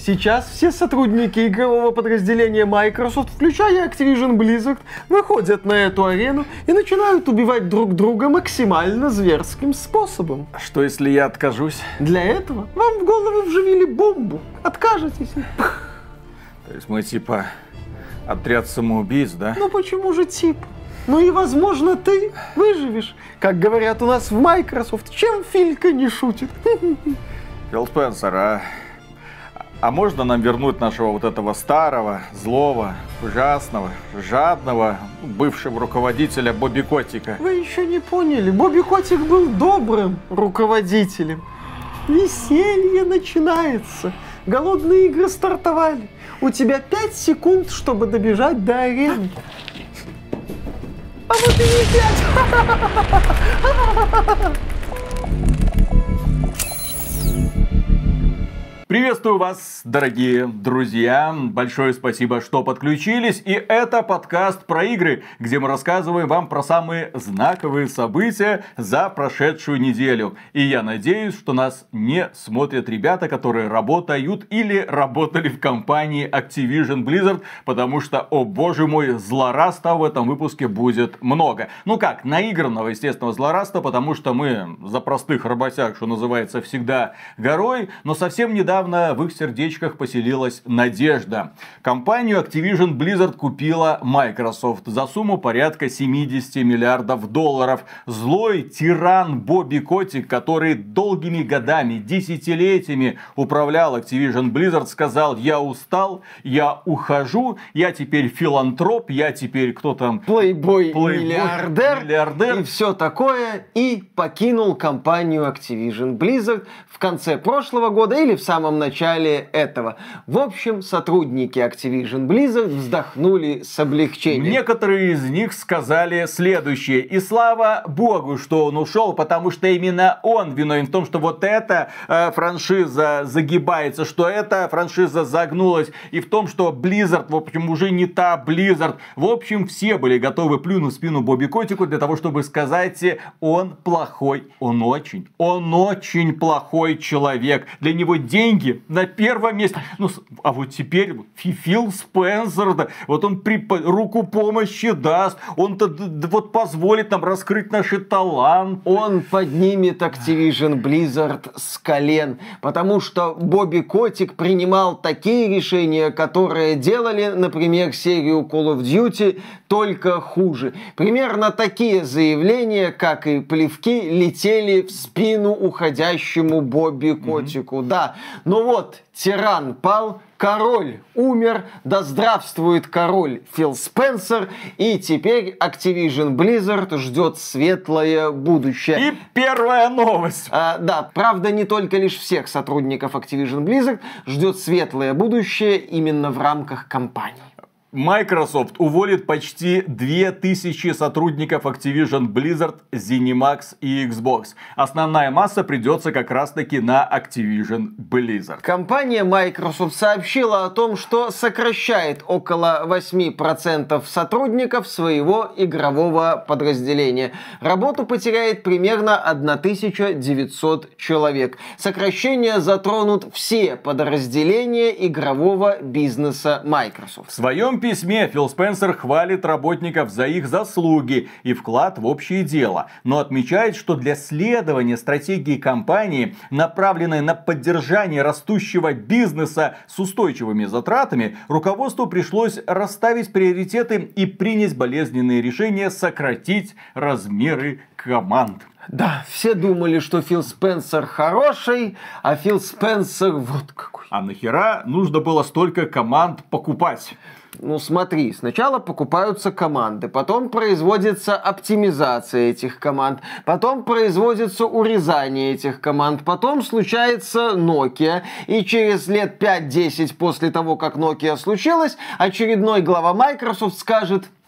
Сейчас все сотрудники игрового подразделения Microsoft, включая Activision Blizzard, выходят на эту арену и начинают убивать друг друга максимально зверским способом. Что если я откажусь? Для этого вам в голову вживили бомбу. Откажетесь. То есть мы типа отряд самоубийц, да? Ну почему же типа? Ну и возможно ты выживешь. Как говорят у нас в Microsoft, чем Филька не шутит. Фил Спенсер, а можно нам вернуть нашего вот этого старого, злого, ужасного, жадного, бывшего руководителя Бобби Котика? Вы еще не поняли, Бобби Котик был добрым руководителем. Веселье начинается. Голодные игры стартовали. У тебя 5 секунд, чтобы добежать до арены. А вот и не 5. Приветствую вас, дорогие друзья. Большое спасибо, что подключились. И это подкаст про игры, где мы рассказываем вам про самые знаковые события за прошедшую неделю. И я надеюсь, что нас не смотрят ребята, которые работают или работали в компании Activision Blizzard, потому что, о боже мой, злорадства в этом выпуске будет много. Ну как, наигранного, естественно, злорадства, потому что мы за простых работяг, что называется, всегда горой, но совсем недавно в их сердечках поселилась надежда. Компанию Activision Blizzard купила Microsoft за сумму порядка 70 миллиардов долларов. Злой тиран Бобби Котик, который долгими годами, десятилетиями управлял Activision Blizzard, сказал: я устал, я ухожу, я теперь филантроп, я теперь кто там? Плейбой, миллиардер и все такое. И покинул компанию Activision Blizzard в конце прошлого года или в самом начале этого. В общем, сотрудники Activision Blizzard вздохнули с облегчением. Некоторые из них сказали следующее: и слава богу, что он ушел, потому что именно он виновен в том, что вот эта франшиза загибается, что эта франшиза загнулась, и в том, что Blizzard, в общем, уже не та Blizzard. В общем, все были готовы плюнуть в спину Бобби Котику для того, чтобы сказать: он плохой, он очень плохой человек. Для него деньги на первом месте. Ну, а вот теперь Фил Спенсер, да, вот он руку помощи даст, он-то вот позволит нам раскрыть наши таланты. Он поднимет Activision Blizzard с колен, потому что Бобби Котик принимал такие решения, которые делали, например, серию Call of Duty только хуже. Примерно такие заявления, как и плевки, летели в спину уходящему Бобби Котику. Да, ну вот, тиран пал, король умер, да здравствует король Фил Спенсер, и теперь Activision Blizzard ждет светлое будущее. И первая новость. Да, правда, не только лишь всех сотрудников Activision Blizzard ждет светлое будущее именно в рамках компании. Microsoft уволит почти 2000 сотрудников Activision Blizzard, ZeniMax и Xbox. Основная масса придется как раз таки на Activision Blizzard. Компания Microsoft сообщила о том, что сокращает около 8% сотрудников своего игрового подразделения. Работу потеряет примерно 1900 человек. Сокращения затронут все подразделения игрового бизнеса Microsoft. В своем письме Фил Спенсер хвалит работников за их заслуги и вклад в общее дело, но отмечает, что для следования стратегии компании, направленной на поддержание растущего бизнеса с устойчивыми затратами, руководству пришлось расставить приоритеты и принять болезненные решения сократить размеры команд. Да, все думали, что Фил Спенсер хороший, а Фил Спенсер вот какой. А нахера нужно было столько команд покупать? Ну смотри, сначала покупаются команды, потом производится оптимизация этих команд, потом производится урезание этих команд, потом случается Nokia, и через лет 5-10 после того, как Nokia случилась, очередной глава Microsoft скажет: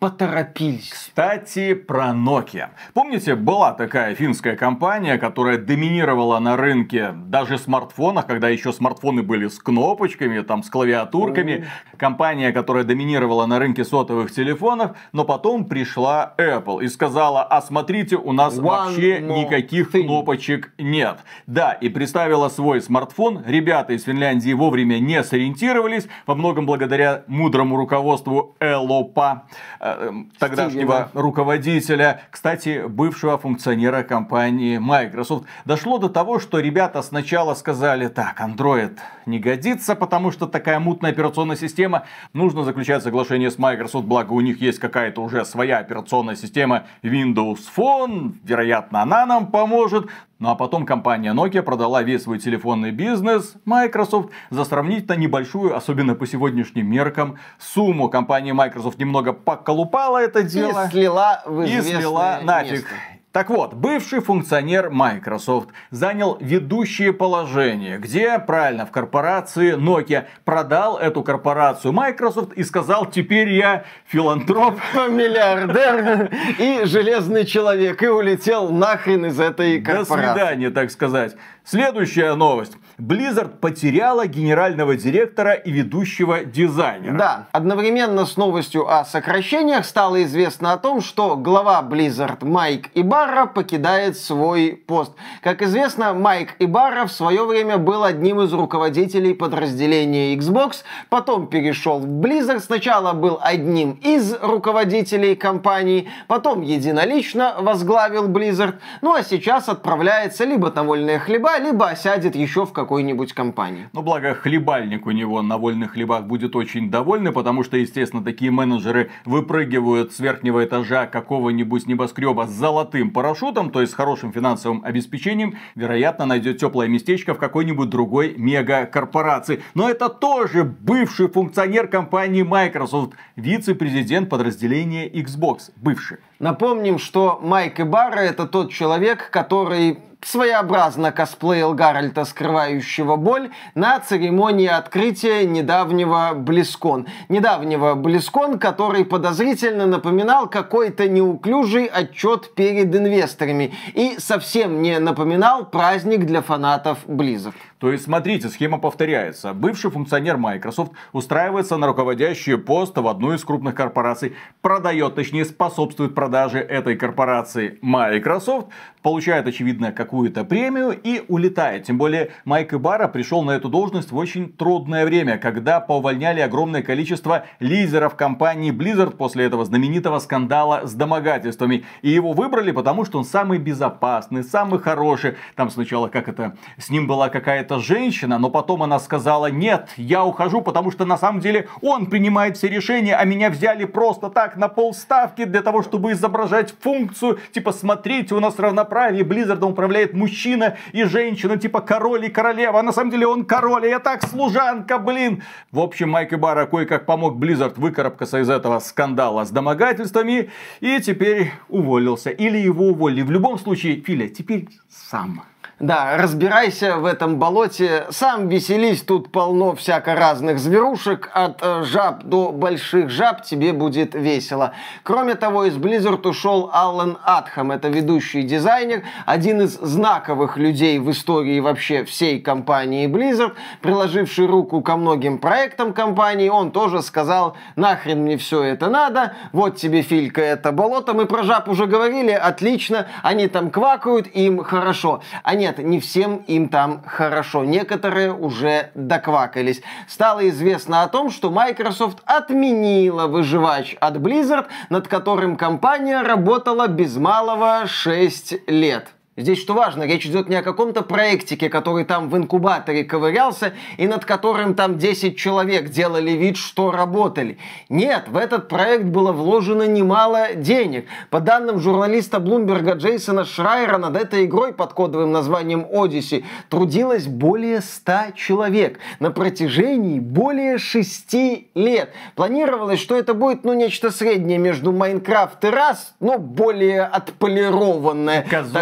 поторопились. Кстати, про Nokia. Помните, была такая финская компания, которая доминировала на рынке даже смартфонах, когда еще смартфоны были с кнопочками, там, с клавиатурками. Компания, которая доминировала на рынке сотовых телефонов, но потом пришла Apple и сказала: а смотрите, у нас вообще никаких кнопочек нет. Да, и представила свой смартфон. Ребята из Финляндии вовремя не сориентировались, во многом благодаря мудрому руководству Элопа, тогдашнего руководителя, кстати, бывшего функционера компании Microsoft. Дошло до того, что ребята сначала сказали: так, Android не годится, потому что такая мутная операционная система, нужно заключать соглашение с Microsoft, благо у них есть какая-то уже своя операционная система Windows Phone, вероятно, она нам поможет. Ну а потом компания Nokia продала весь свой телефонный бизнес Microsoft за сравнительно небольшую, особенно по сегодняшним меркам, сумму. Компания Microsoft немного поколупала это дело. И слила в известное нафиг. место. Так вот, бывший функционер Microsoft занял ведущее положение, где, правильно, в корпорации Nokia, продал эту корпорацию Microsoft и сказал: теперь я филантроп, миллиардер и железный человек, и улетел нахрен из этой корпорации. До свидания, так сказать. Следующая новость. Blizzard потеряла генерального директора и ведущего дизайнера. Да, одновременно с новостью о сокращениях стало известно о том, что глава Blizzard Майк Ибарра покидает свой пост. Как известно, Майк Ибарра в свое время был одним из руководителей подразделения Xbox, потом перешел в Blizzard, сначала был одним из руководителей компании, потом единолично возглавил Blizzard, ну а сейчас отправляется либо на вольные хлеба, либо осядет еще в какой-нибудь компании. Ну, благо, хлебальник у него на вольных хлебах будет очень довольный, потому что, естественно, такие менеджеры выпрыгивают с верхнего этажа какого-нибудь небоскреба с золотым парашютом, то есть с хорошим финансовым обеспечением, вероятно, найдет теплое местечко в какой-нибудь другой мегакорпорации. Но это тоже бывший функционер компании Microsoft, вице-президент подразделения Xbox, бывший. Напомним, что Майк Ибарра — это тот человек, который своеобразно косплеил Гарольда, скрывающего боль, на церемонии открытия недавнего BlizzCon. Недавнего BlizzCon, который подозрительно напоминал какой-то неуклюжий отчет перед инвесторами и совсем не напоминал праздник для фанатов Blizzard. То есть, смотрите, схема повторяется. Бывший функционер Microsoft устраивается на руководящий пост в одну из крупных корпораций, продает, точнее, способствует продаже этой корпорации Microsoft, получает, очевидно, какую-то премию и улетает. Тем более, Майк Ибарра пришел на эту должность в очень трудное время, когда поувольняли огромное количество лидеров компании Blizzard после этого знаменитого скандала с домогательствами. И его выбрали, потому что он самый безопасный, самый хороший. Там сначала, с ним была какая-то женщина, но потом она сказала: нет, я ухожу, потому что на самом деле он принимает все решения, а меня взяли просто так на полставки для того, чтобы изображать функцию, типа, смотрите, у нас равноправие, Blizzard управляет мужчина и женщина, типа король и королева, а на самом деле он король, и я так служанка, блин. В общем, Майк Ибарра кое-как помог Blizzard выкарабкаться из этого скандала с домогательствами и теперь уволился. Или его уволили. В любом случае, Филя, теперь сам. Да, разбирайся в этом болоте, сам веселись, тут полно всяко разных зверушек, от жаб до больших жаб, тебе будет весело. Кроме того, из Blizzard ушел Аллен Атхам, это ведущий дизайнер, один из знаковых людей в истории вообще всей компании Blizzard, приложивший руку ко многим проектам компании. Он тоже сказал: нахрен мне все это надо, вот тебе, Филька, это болото, мы про жаб уже говорили, отлично, они там квакают, им хорошо. А нет, не всем им там хорошо. Некоторые уже доквакались. Стало известно о том, что Microsoft отменила выживач от Blizzard, над которым компания работала без малого 6 лет. Здесь, что важно, речь идет не о каком-то проектике, который там в инкубаторе ковырялся и над которым там 10 человек делали вид, что работали. Нет, в этот проект было вложено немало денег. По данным журналиста Bloomberg Джейсона Шрайера, над этой игрой под кодовым названием Odyssey трудилось более 100 человек на протяжении более 6 лет. Планировалось, что это будет, нечто среднее между Майнкрафт и Rust, но более отполированное. Казуально.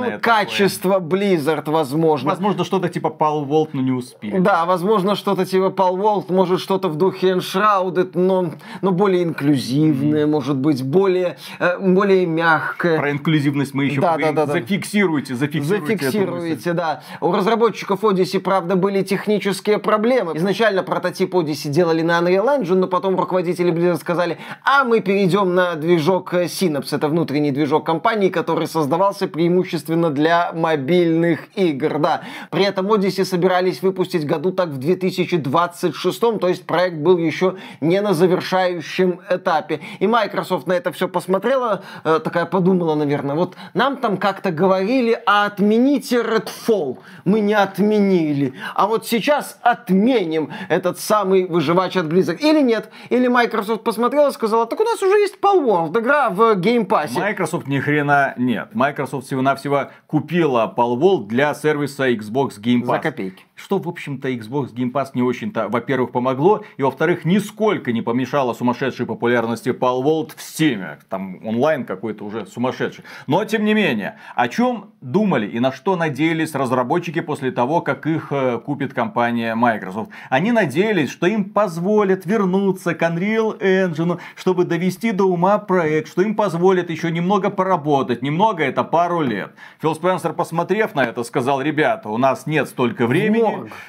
такое. качество Blizzard, возможно. Возможно, что-то типа Palworld, но не успели. Да, возможно, что-то типа Palworld, может, что-то в духе Enshrouded, но более инклюзивное, может быть, более мягкое. Про инклюзивность мы еще поговорим. Да. Зафиксируйте, да. У разработчиков Odyssey, правда, были технические проблемы. Изначально прототип Odyssey делали на Unreal Engine, но потом руководители Blizzard сказали, мы перейдем на движок Synapse. Это внутренний движок компании, который создавался преимущественно для мобильных игр. Да. При этом Odyssey собирались выпустить году так в 2026, то есть проект был еще не на завершающем этапе. И Microsoft на это все посмотрела, такая подумала, наверное, вот нам там как-то говорили, отмените Redfall. Мы не отменили. А вот сейчас отменим этот самый выживач от Blizzard. Или нет? Или Microsoft посмотрела и сказала, так у нас уже есть Palworld, игра в Game Pass. Microsoft ни хрена нет. Microsoft всего-навсего купила Palworld для сервиса Xbox Game Pass. За копейки. Что, в общем-то, Xbox Game Pass не очень-то, во-первых, помогло, и, во-вторых, нисколько не помешало сумасшедшей популярности Palworld в Steam. Там онлайн какой-то уже сумасшедший. Но, тем не менее, о чем думали и на что надеялись разработчики после того, как их купит компания Microsoft? Они надеялись, что им позволят вернуться к Unreal Engine, чтобы довести до ума проект, что им позволят еще немного поработать. Немного — это пару лет. Фил Спенсер, посмотрев на это, сказал, ребята, у нас нет столько времени.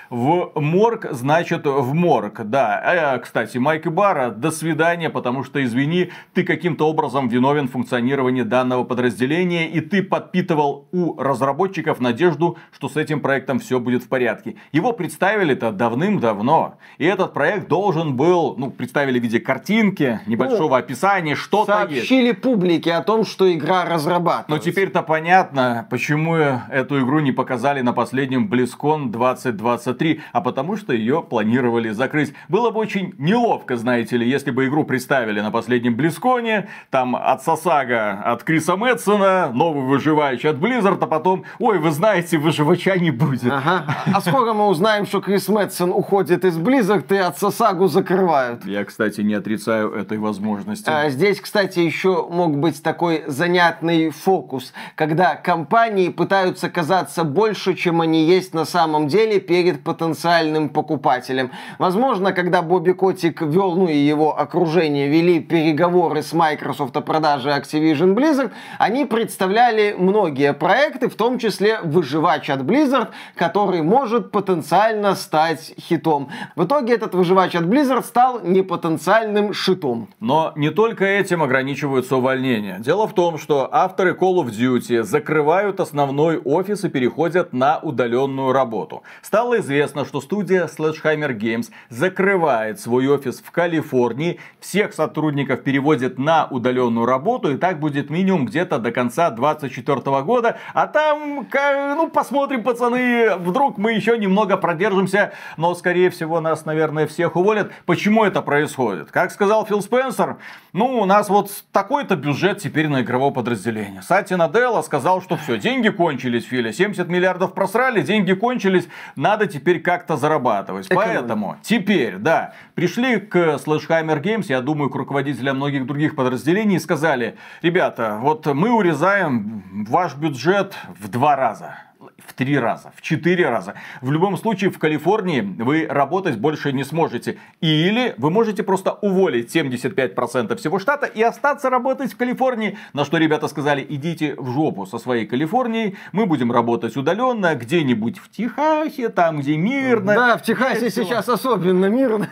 В морг, значит, в морг. Да, кстати, Майк Ибарра, до свидания, потому что, извини, ты каким-то образом виновен в функционировании данного подразделения, и ты подпитывал у разработчиков надежду, что с этим проектом все будет в порядке. Его представили-то давным-давно, и этот проект должен был, представили в виде картинки, небольшого описания, что-то есть. Сообщили публике о том, что игра разрабатывается. Но теперь-то понятно, почему эту игру не показали на последнем BlizzCon 2023, а потому что ее планировали закрыть. Было бы очень неловко, знаете ли, если бы игру представили на последнем BlizzCon'е, там от Сасага, от Криса Мэтсона, новый выживающий от Blizzard, а потом, ой, вы знаете, выживача не будет. Ага. А скоро мы узнаем, что Крис Мэтсон уходит из Blizzard и от Сасагу закрывают. Я, кстати, не отрицаю этой возможности. Здесь, кстати, еще мог быть такой занятный фокус, когда компании пытаются казаться больше, чем они есть на самом деле перед потенциальным покупателем. Возможно, когда Бобби Котик вел, и его окружение вели переговоры с Microsoft о продаже Activision Blizzard, они представляли многие проекты, в том числе выживач от Blizzard, который может потенциально стать хитом. В итоге этот выживач от Blizzard стал непотенциальным шитом. Но не только этим ограничиваются увольнения. Дело в том, что авторы Call of Duty закрывают основной офис и переходят на удаленную работу. Стало известно, что студия Sledgehammer Games закрывает свой офис в Калифорнии, всех сотрудников переводит на удаленную работу, и так будет минимум где-то до конца 2024 года. А там, посмотрим, пацаны, вдруг мы еще немного продержимся, но, скорее всего, нас, наверное, всех уволят. Почему это происходит? Как сказал Фил Спенсер, у нас вот такой-то бюджет теперь на игровое подразделение. Сатья Наделла сказал, что все, деньги кончились, Филя, 70 миллиардов просрали, деньги кончились, надо теперь как-то зарабатывать. Поэтому теперь, пришли к Sledgehammer Games, я думаю, к руководителям многих других подразделений и сказали, ребята, вот мы урезаем ваш бюджет в 2 раза. В 3 раза, в 4 раза. В любом случае, в Калифорнии вы работать больше не сможете. Или вы можете просто уволить 75% всего штата и остаться работать в Калифорнии. На что ребята сказали, идите в жопу со своей Калифорнией. Мы будем работать удаленно, где-нибудь в Техасе, там, где мирно. Да, в Техасе сейчас особенно мирно.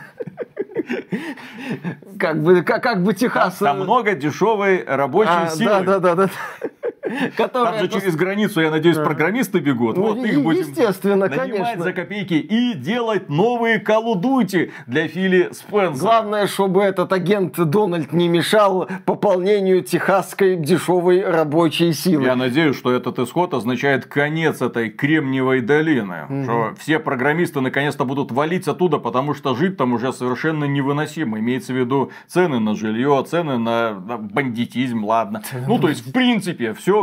Как бы Техас... Там много дешевой рабочей силы. Да. Там же через границу, я надеюсь, программисты бегут. Их будем естественно, нанимать конечно. за копейки и делать новые Call of Duty для Фили Спенсера. Главное, чтобы этот агент Дональд не мешал пополнению техасской дешевой рабочей силы. Я надеюсь, что этот исход означает конец этой Кремниевой долины. Что все программисты наконец-то будут валить оттуда, потому что жить там уже совершенно невыносимо. Имеется в виду цены на жилье, цены на бандитизм, ладно. То есть, в принципе, все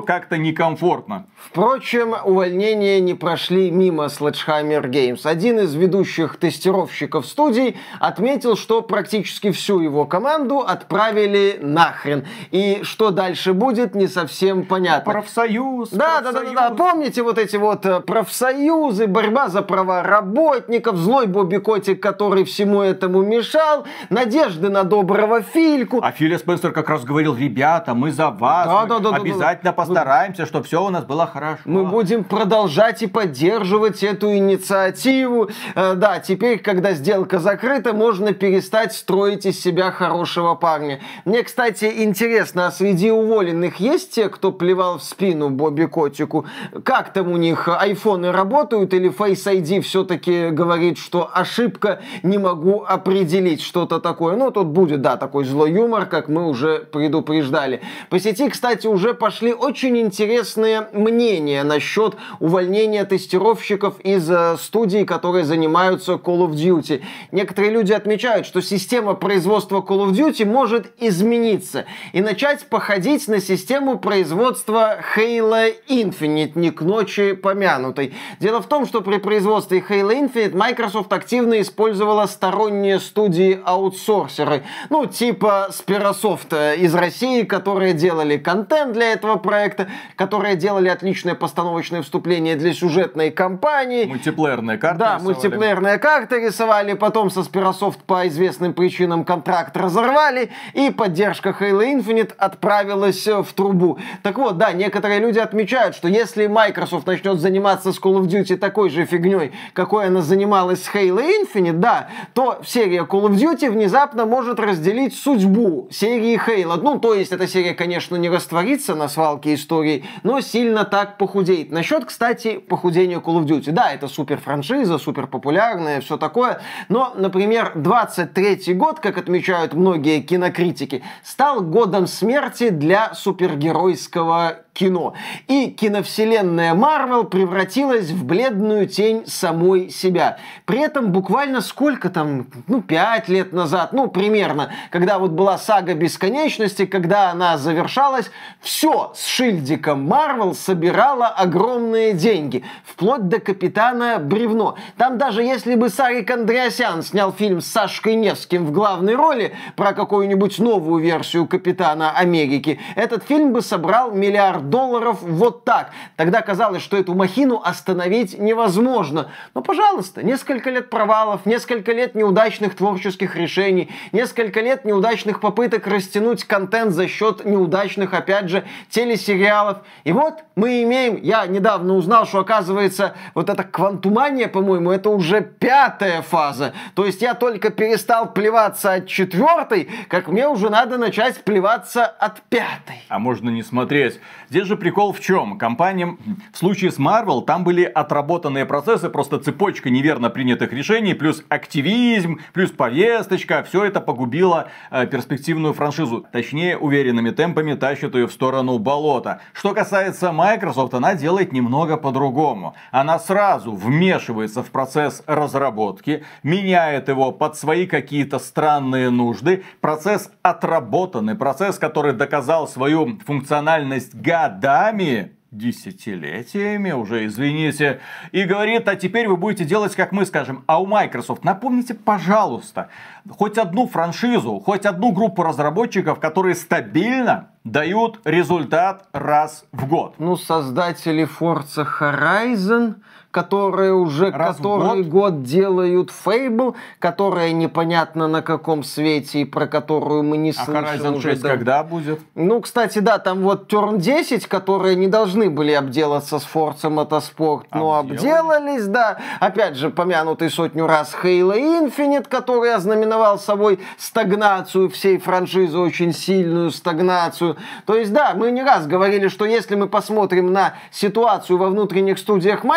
все как-то некомфортно. Впрочем, увольнения не прошли мимо Sledgehammer Games. Один из ведущих тестировщиков студии отметил, что практически всю его команду отправили нахрен. И что дальше будет, не совсем понятно. Профсоюз. Да. Помните вот эти вот профсоюзы, борьба за права работников, злой Бобби Котик, который всему этому мешал, надежды на доброго Фильку. А Филя Спенсер как раз говорил: ребята, мы за вас, обязательно постараемся, чтобы все у нас было хорошо. Мы будем продолжать и поддерживать эту инициативу. Да, теперь, когда сделка закрыта, можно перестать строить из себя хорошего парня. Мне, кстати, интересно, а среди уволенных есть те, кто плевал в спину Бобби Котику? Как там у них айфоны работают или Face ID все-таки говорит, что ошибка, не могу определить, что-то такое? Ну, тут будет, да, такой злой юмор, как мы уже предупреждали. По сети, кстати, уже пошли очень интересные мнения насчет увольнения тестировщиков из студий, которые занимаются Call of Duty. Некоторые люди отмечают, что система производства Call of Duty может измениться и начать походить на систему производства Halo Infinite, не к ночи помянутой. Дело в том, что при производстве Halo Infinite Microsoft активно использовала сторонние студии-аутсорсеры, ну, типа Sperasoft из России, которые делали контент для этого проекта, которые делали отличное постановочное вступление для сюжетной кампании. Мультиплеерные карты рисовали. Мультиплеерные карты рисовали, потом со Sperasoft по известным причинам контракт разорвали, и поддержка Halo Infinite отправилась в трубу. Так вот, да, некоторые люди отмечают, что если Microsoft начнет заниматься с Call of Duty такой же фигней, какой она занималась с Halo Infinite, да, то серия Call of Duty внезапно может разделить судьбу серии Halo. Ну, то есть, эта серия, конечно, не растворится на свалке истории, но сильно так похудеет. Насчет, кстати, похудения Call of Duty. Да, это супер франшиза, супер популярная, все такое. Но, например, 23-й год, как отмечают многие кинокритики, стал годом смерти для супергеройского кино. И киновселенная Marvel превратилась в бледную тень самой себя. При этом буквально сколько там, 5 лет назад, примерно, когда вот была сага Бесконечности, когда она завершалась, все с шильдиком Marvel собирало огромные деньги. Вплоть до Капитана Бревно. Там даже если бы Сарик Андреасян снял фильм с Сашкой Невским в главной роли про какую-нибудь новую версию Капитана Америки, этот фильм бы собрал $1 миллиард вот так. Тогда казалось, что эту махину остановить невозможно. Но, пожалуйста, несколько лет провалов, несколько лет неудачных творческих решений, несколько лет неудачных попыток растянуть контент за счет неудачных, опять же, телесериалов. И вот мы имеем, я недавно узнал, что, оказывается, вот эта Квантумания, по-моему, это уже 5-я фаза. То есть я только перестал плеваться от 4-й, как мне уже надо начать плеваться от 5-й. А можно не смотреть. Здесь же прикол в чем? Компаниям, в случае с Marvel, там были отработанные процессы, просто цепочка неверно принятых решений, плюс активизм, плюс повесточка. Все это погубило перспективную франшизу. Точнее, уверенными темпами тащит ее в сторону болота. Что касается Microsoft, она делает немного по-другому. Она сразу вмешивается в процесс разработки, меняет его под свои какие-то странные нужды. Процесс отработанный, процесс, который доказал свою функциональность годами, десятилетиями уже, извините, и говорит: а теперь вы будете делать, как мы скажем. А у Microsoft, напомните, пожалуйста, хоть одну франшизу, хоть одну группу разработчиков, которые стабильно дают результат раз в год. Создатели Forza Horizon, которые уже который год делают Fable, которая непонятно на каком свете и про которую мы не слышим. А Horizon 6 когда будет? Кстати, да, там вот Turn 10, которые не должны были обделаться с Forza Motorsport, но обделались, да. Опять же, помянутый сотню раз Halo Infinite, который ознаменовал собой стагнацию всей франшизы, очень сильную стагнацию. То есть, да, мы не раз говорили, что если мы посмотрим на ситуацию во внутренних студиях Microsoft,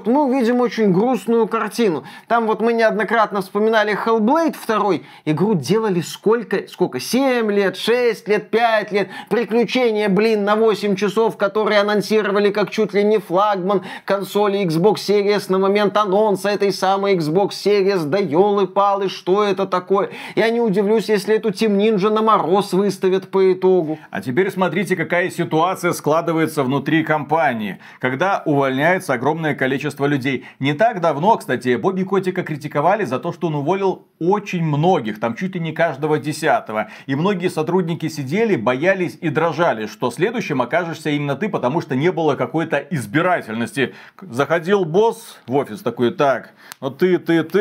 Blizzard, мы увидим очень грустную картину. Там вот мы неоднократно вспоминали Hellblade 2. Игру делали сколько? 7 лет, 6 лет, 5 лет. Приключения, на 8 часов, которые анонсировали как чуть ли не флагман консоли Xbox Series на момент анонса этой самой Xbox Series. Да елы-палы, что это такое? Я не удивлюсь, если эту Team Ninja на мороз выставят по итогу. А теперь смотрите, какая ситуация складывается внутри компании, когда увольняется огромное количество людей. Не так давно, кстати, Бобби Котика критиковали за то, что он уволил очень многих, там чуть ли не каждого 10-го. И многие сотрудники сидели, боялись и дрожали, что следующим окажешься именно ты, потому что не было какой-то избирательности. Заходил босс в офис такой: так, вот ты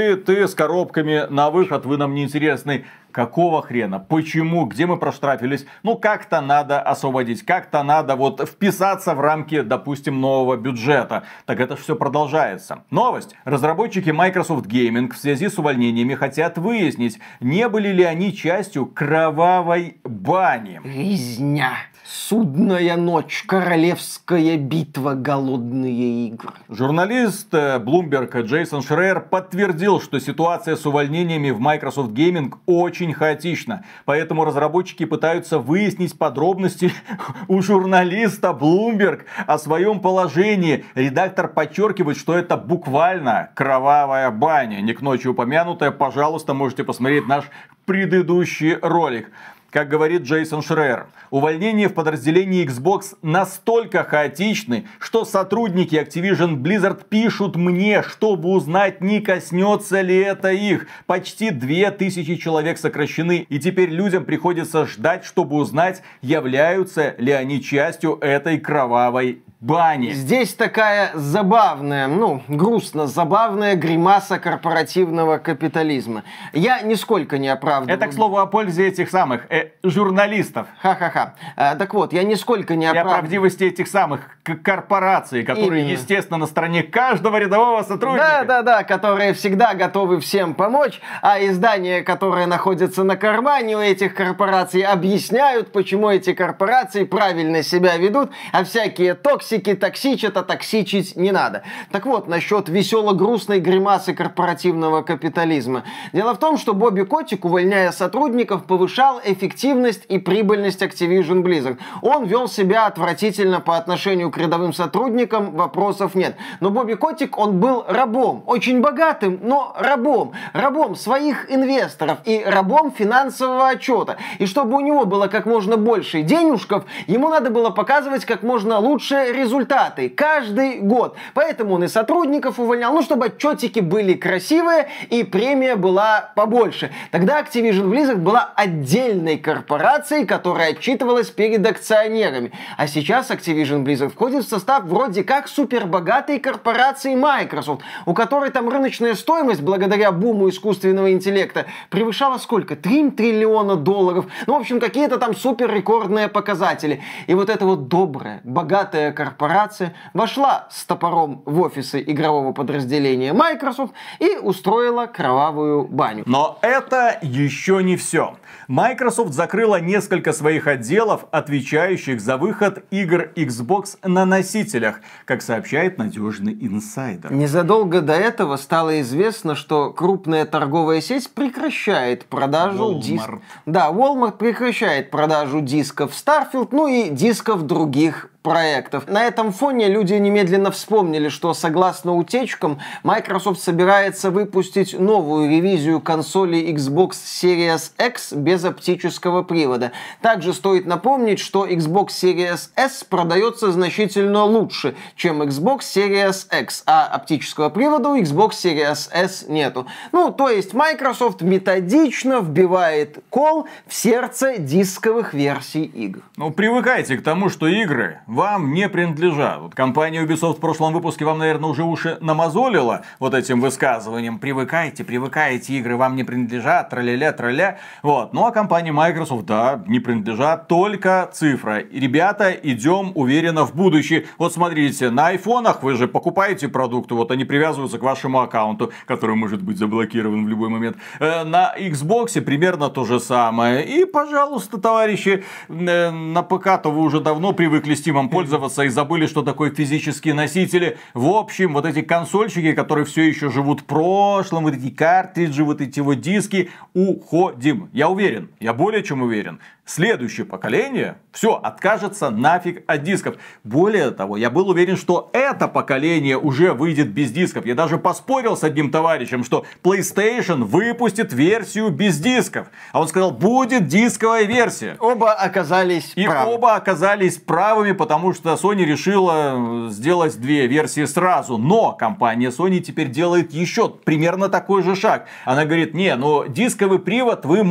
с коробками на выход, вы нам не интересны. Какого хрена? Почему? Где мы проштрафились? Ну, как-то надо освободить, как-то надо вот вписаться в рамки, допустим, нового бюджета. Так это же все продолжается. Новость. Разработчики Microsoft Gaming в связи с увольнениями хотят выяснить, не были ли они частью кровавой бани. Резня. Судная ночь, королевская битва, голодные игры. Журналист Bloomberg Джейсон Шрейер подтвердил, что ситуация с увольнениями в Microsoft Gaming очень хаотична. Поэтому разработчики пытаются выяснить подробности у журналиста Bloomberg о своем положении. Редактор подчеркивает, что это буквально кровавая баня. Не к ночи упомянутая. Пожалуйста, можете посмотреть наш предыдущий ролик. Как говорит Джейсон Шрейер, увольнения в подразделении Xbox настолько хаотичны, что сотрудники Activision Blizzard пишут мне, чтобы узнать, не коснется ли это их. Почти 2000 человек сокращены, и теперь людям приходится ждать, чтобы узнать, являются ли они частью этой кровавой бани. Здесь такая забавная, грустно забавная гримаса корпоративного капитализма. Я нисколько не оправдываю. Это, к слову, о пользе этих самых журналистов. Ха-ха-ха. Так вот, я нисколько не оправдываю. И о правдивости этих самых корпораций, которые, именно, естественно, на стороне каждого рядового сотрудника. Да, которые всегда готовы всем помочь, а издания, которые находятся на кармане у этих корпораций, объясняют, почему эти корпорации правильно себя ведут, а всякие токсичат, а токсичить не надо. Так вот, насчет весело-грустной гримасы корпоративного капитализма. Дело в том, что Бобби Котик, увольняя сотрудников, повышал эффективность и прибыльность Activision Blizzard. Он вел себя отвратительно по отношению к рядовым сотрудникам, вопросов нет. Но Бобби Котик, он был рабом. Очень богатым, но рабом. Рабом своих инвесторов и рабом финансового отчета. И чтобы у него было как можно больше денежков, ему надо было показывать как можно лучше результаты каждый год. Поэтому он и сотрудников увольнял, чтобы отчетики были красивые и премия была побольше. Тогда Activision Blizzard была отдельной корпорацией, которая отчитывалась перед акционерами. А сейчас Activision Blizzard входит в состав вроде как супербогатой корпорации Microsoft, у которой там рыночная стоимость, благодаря буму искусственного интеллекта, превышала сколько? 3 триллиона долларов. В общем, какие-то там суперрекордные показатели. И вот эта вот добрая, богатая корпорация вошла с топором в офисы игрового подразделения Microsoft и устроила кровавую баню. Но это еще не все. Microsoft закрыла несколько своих отделов, отвечающих за выход игр Xbox на носителях, как сообщает надежный инсайдер. Незадолго до этого стало известно, что крупная торговая сеть прекращает продажу дисков. Да, Walmart прекращает продажу дисков Starfield, и дисков других проектов. На этом фоне люди немедленно вспомнили, что согласно утечкам, Microsoft собирается выпустить новую ревизию консоли Xbox Series X без оптического привода. Также стоит напомнить, что Xbox Series S продается значительно лучше, чем Xbox Series X, а оптического привода у Xbox Series S нету. То есть Microsoft методично вбивает кол в сердце дисковых версий игр. Привыкайте к тому, что игры вам не принадлежат. Вот компания Ubisoft в прошлом выпуске вам, наверное, уже уши намазолила вот этим высказыванием. Привыкайте, игры вам не принадлежат, траля-ля. А компания Microsoft, да, не принадлежат, только цифра. И, ребята, идем уверенно в будущее. Вот смотрите, на айфонах вы же покупаете продукты, вот они привязываются к вашему аккаунту, который может быть заблокирован в любой момент. На Xbox примерно то же самое. И, пожалуйста, товарищи, на ПК-то вы уже давно привыкли Steam диском пользоваться и забыли, что такое физические носители. В общем, вот эти консольщики, которые все еще живут в прошлом, вот эти картриджи, вот эти вот диски, уходим. Я уверен, я более чем уверен. Следующее поколение все откажется нафиг от дисков. Более того, я был уверен, что это поколение уже выйдет без дисков. Я даже поспорил с одним товарищем, что PlayStation выпустит версию без дисков. А он сказал, будет дисковая версия. Оба оказались правы. Оба оказались правыми, потому что Sony решила сделать две версии сразу. Но компания Sony теперь делает еще примерно такой же шаг. Она говорит, не, но дисковый привод вы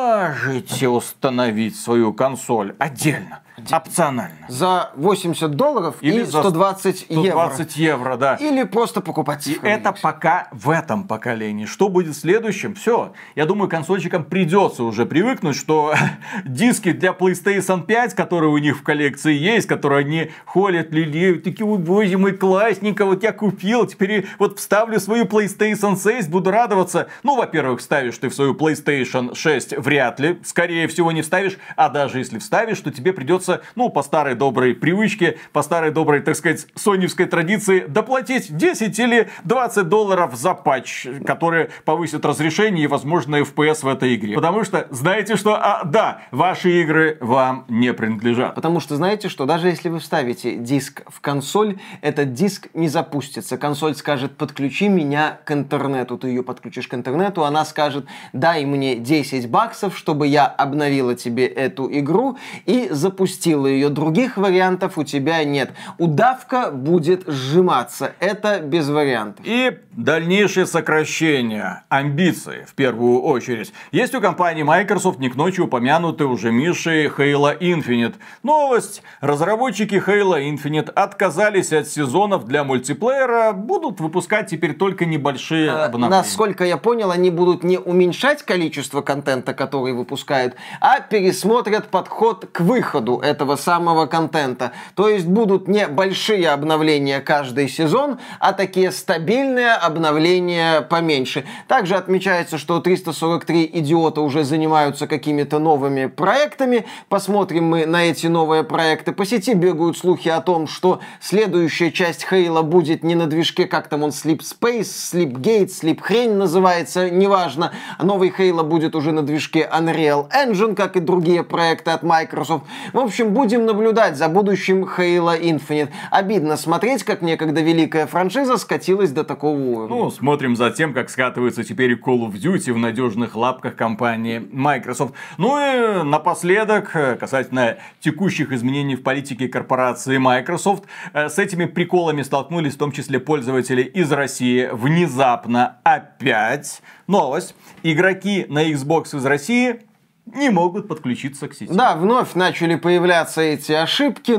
можете установить свою консоль отдельно, опционально. За $80 или и 120 евро. 120 евро, да. Или просто покупать. И это пока в этом поколении. Что будет в следующем? Все. Я думаю, консольщикам придется уже привыкнуть, что диски для PlayStation 5, которые у них в коллекции есть, которые они холят, лелеют, такие, ой, боже мой, классненько, вот я купил, теперь вот вставлю свою PlayStation 6, буду радоваться. Ну, во-первых, вставишь ты в свою PlayStation 6 вряд ли, скорее всего, не вставишь, а даже если вставишь, то тебе придется, ну, по старой доброй привычке, по старой доброй, так сказать, соневской традиции, доплатить 10 или $20 за патч, который повысит разрешение и, возможно, FPS в этой игре. Потому что, знаете что? Да, ваши игры вам не принадлежат. Потому что, знаете что? Даже если вы вставите диск в консоль, этот диск не запустится. Консоль скажет, подключи меня к интернету. Ты ее подключишь к интернету, она скажет, дай мне $10, чтобы я обновила тебе эту игру и запустила ее. Других вариантов у тебя нет. Удавка будет сжиматься. Это без вариантов. И дальнейшее сокращение амбиций, в первую очередь. Есть у компании Microsoft не к ночи упомянутый уже Мишей Halo Infinite. Новость. Разработчики Halo Infinite отказались от сезонов для мультиплеера. Будут выпускать теперь только небольшие обновления. Насколько я понял, они будут не уменьшать количество контента, который выпускают, а пересмотрят подход к выходу этого самого контента. То есть будут не большие обновления каждый сезон, а такие стабильные обновления поменьше. Также отмечается, что 343 идиота уже занимаются какими-то новыми проектами. Посмотрим мы на эти новые проекты. По сети бегают слухи о том, что следующая часть Halo будет не на движке, как там он, Sleep Space, Sleepgate, Sleep хрень называется, неважно. Новый Halo будет уже на движке Unreal Engine, как и другие проекты от Microsoft. В общем, будем наблюдать за будущим Halo Infinite. Обидно смотреть, как некогда великая франшиза скатилась до такого уровня. Ну, смотрим за тем, как скатывается теперь Call of Duty в надежных лапках компании Microsoft. Ну и напоследок, касательно текущих изменений в политике корпорации Microsoft, с этими приколами столкнулись в том числе пользователи из России. Внезапно опять новость. Игроки на Xbox из России не могут подключиться к сети. Да, вновь начали появляться эти ошибки,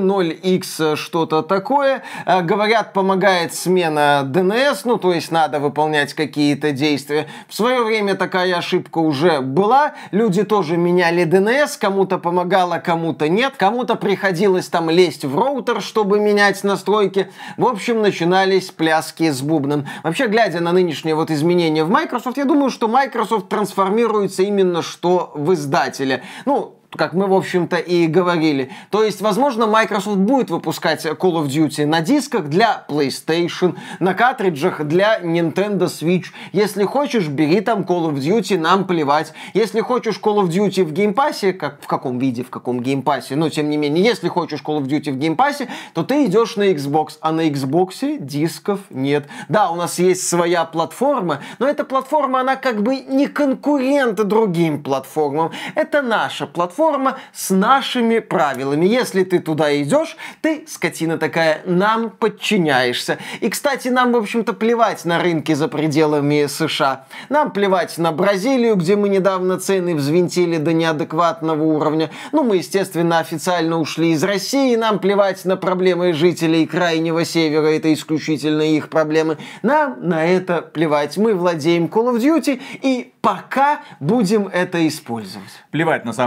0x что-то такое. Говорят, помогает смена DNS, ну то есть надо выполнять какие-то действия. В свое время такая ошибка уже была. Люди тоже меняли DNS, кому-то помогало, кому-то нет. Кому-то приходилось там лезть в роутер, чтобы менять настройки. В общем, начинались пляски с бубном. Вообще, глядя на нынешние вот изменения в Microsoft, я думаю, что Microsoft трансформируется именно что в издателя. Ну, как мы, в общем-то, и говорили. То есть, возможно, Microsoft будет выпускать Call of Duty на дисках для PlayStation, на картриджах для Nintendo Switch. Если хочешь, бери там Call of Duty, нам плевать. Если хочешь Call of Duty в геймпассе, как в каком виде, в каком геймпассе, но тем не менее, если хочешь Call of Duty в геймпассе, то ты идешь на Xbox, а на Xbox дисков нет. Да, у нас есть своя платформа, но эта платформа, она как бы не конкурент другим платформам. Это наша платформа с нашими правилами. Если ты туда идешь, ты, скотина такая, нам подчиняешься. И, кстати, нам, в общем-то, плевать на рынки за пределами США. Нам плевать на Бразилию, где мы недавно цены взвинтили до неадекватного уровня. Ну, мы, естественно, официально ушли из России. Нам плевать на проблемы жителей Крайнего Севера. Это исключительно их проблемы. Нам на это плевать. Мы владеем Call of Duty и пока будем это использовать. Плевать, на самом деле, какие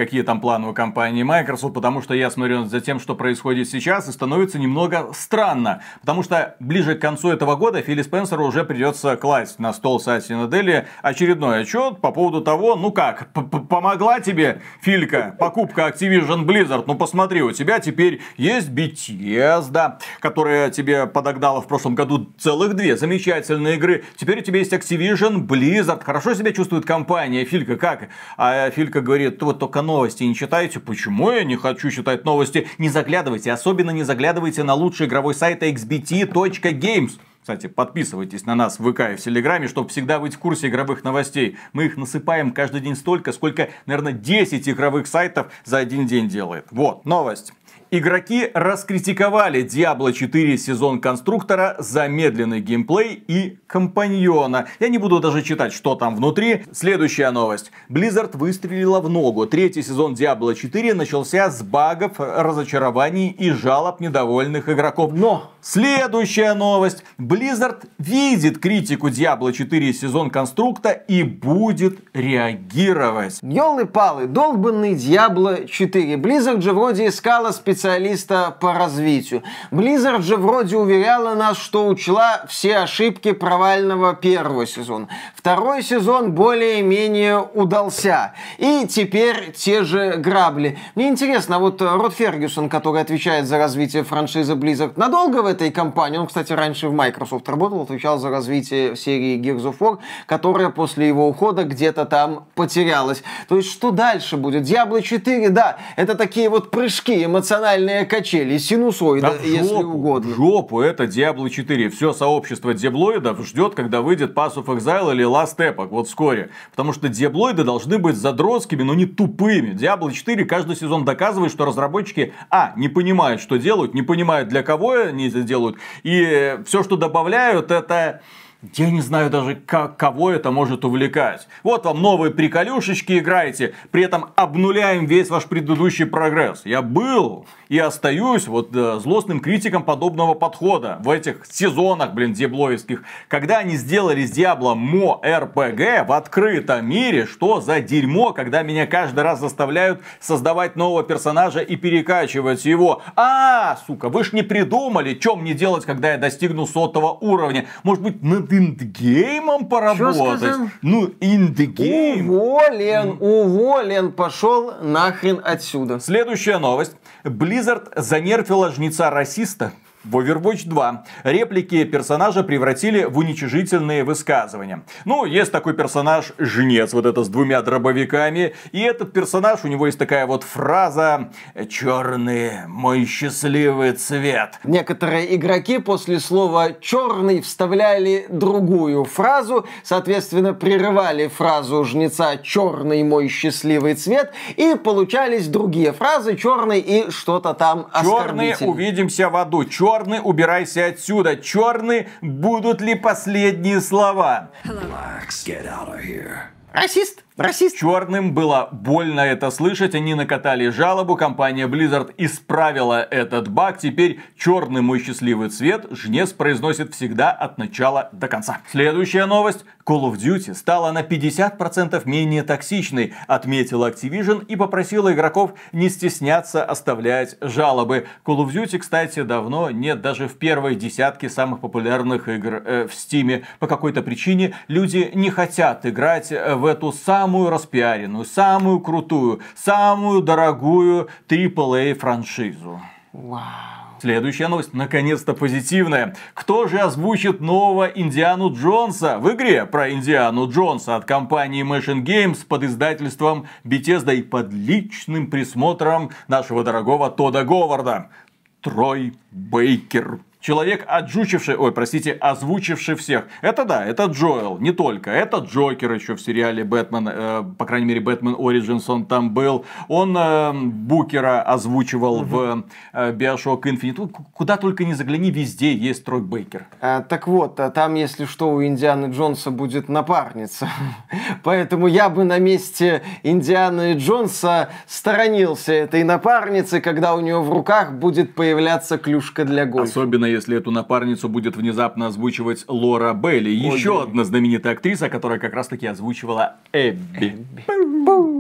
какие там планы у компании Microsoft, потому что я смотрю за тем, что происходит сейчас, и становится немного странно. Потому что ближе к концу этого года Филу Спенсеру уже придется класть на стол Сатьи Наделли очередной отчет по поводу того, ну как, помогла тебе, Филька, покупка Activision Blizzard? Ну посмотри, у тебя теперь есть Bethesda, которая тебе подогнала в прошлом году целых 2 замечательные игры. Теперь у тебя есть Activision Blizzard. Хорошо себя чувствует компания. Филька, как? А Филька говорит, вот только новости не читаете. Почему я не хочу читать новости? Не заглядывайте, особенно не заглядывайте на лучший игровой сайт xbt.games. Кстати, подписывайтесь на нас в ВК и в Телеграме, чтобы всегда быть в курсе игровых новостей. Мы их насыпаем каждый день столько, сколько, наверное, 10 игровых сайтов за один день делает. Вот, новость. Игроки раскритиковали Diablo 4 сезон конструктора, замедленный геймплей и компаньона. Я не буду даже читать, что там внутри. Следующая новость. Blizzard выстрелила в ногу. 3-й сезон Diablo 4 начался с багов, разочарований и жалоб недовольных игроков. Но следующая новость. Blizzard видит критику Diablo 4 сезон конструкта и будет реагировать. Ёлы-палы, долбанный Diablo 4. Blizzard же вроде искала специалиста по развитию. Blizzard же вроде уверяла нас, что учла все ошибки провального 1-го сезона. 2-й сезон более-менее удался. И теперь те же грабли. Мне интересно, а вот Род Фергюсон, который отвечает за развитие франшизы Blizzard, надолго в этой компании? Он, кстати, раньше в Microsoft работал, отвечал за развитие серии Gears of War, которая после его ухода где-то там потерялась. То есть, что дальше будет? Diablo 4, да, это такие вот прыжки, эмоциональные качели, синусоиды, да если угодно. В жопу, это Diablo 4. Все сообщество диаблоидов ждет, когда выйдет Path of Exile или Last Epoch, вот вскоре. Потому что диаблоиды должны быть задротскими, но не тупыми. Diablo 4 каждый сезон доказывает, что разработчики, не понимают, что делают, не понимают, для кого они это делают. И все, что добавляют, это... Я не знаю даже, кого это может увлекать. Вот вам новые приколюшечки, играете, при этом обнуляем весь ваш предыдущий прогресс. Я был и остаюсь злостным критиком подобного подхода в этих сезонах, диаблоевских. Когда они сделали с Diablo мо-РПГ в открытом мире, что за дерьмо, когда меня каждый раз заставляют создавать нового персонажа и перекачивать его. Сука, вы ж не придумали, что мне делать, когда я достигну 100-го уровня. Может быть, над индгеймом поработать? Индгейм. Уволен, пошел нахрен отсюда. Следующая новость. Blizzard занерфила жнеца-расиста в Overwatch 2. Реплики персонажа превратили в уничижительные высказывания. Есть такой персонаж Жнец, вот это с 2 дробовиками. И этот персонаж, у него есть такая вот фраза: «Черный мой счастливый цвет». Некоторые игроки после слова «черный» вставляли другую фразу, соответственно, прерывали фразу Жнеца «черный мой счастливый цвет», и получались другие фразы «черный» и что-то там оскорбительное. «Черный, увидимся в аду», «Черный, убирайся отсюда», «Черный, будут ли последние слова?» Расист. Черным было больно это слышать, они накатали жалобу, компания Blizzard исправила этот баг, теперь «черный мой счастливый цвет» Жнец произносит всегда от начала до конца. Следующая новость. Call of Duty стала на 50% менее токсичной, отметила Activision и попросила игроков не стесняться оставлять жалобы. Call of Duty, кстати, давно нет даже в первой десятке самых популярных игр в Steam. По какой-то причине люди не хотят играть в эту самую распиаренную, самую крутую, самую дорогую AAA франшизу. Вау. Следующая новость, наконец-то позитивная. Кто же озвучит нового Индиану Джонса в игре про Индиану Джонса от компании Machine Games под издательством Bethesda и под личным присмотром нашего дорогого Тодда Говарда? Трой Бейкер. Человек, озвучивший всех. Это да, это Джоэл, не только. Это Джокер еще в сериале Бэтмен, по крайней мере, Бэтмен Origins он там был. Он Букера озвучивал в Bioshock Infinite. Куда только не загляни, везде есть Трой Бейкер. Так вот, там, если что, у Индианы Джонса будет напарница. Поэтому я бы на месте Индианы Джонса сторонился этой напарницы, когда у нее в руках будет появляться клюшка для гольфа. Особенно если эту напарницу будет внезапно озвучивать Лора Белли. Еще одна знаменитая актриса, которая как раз таки озвучивала Эбби.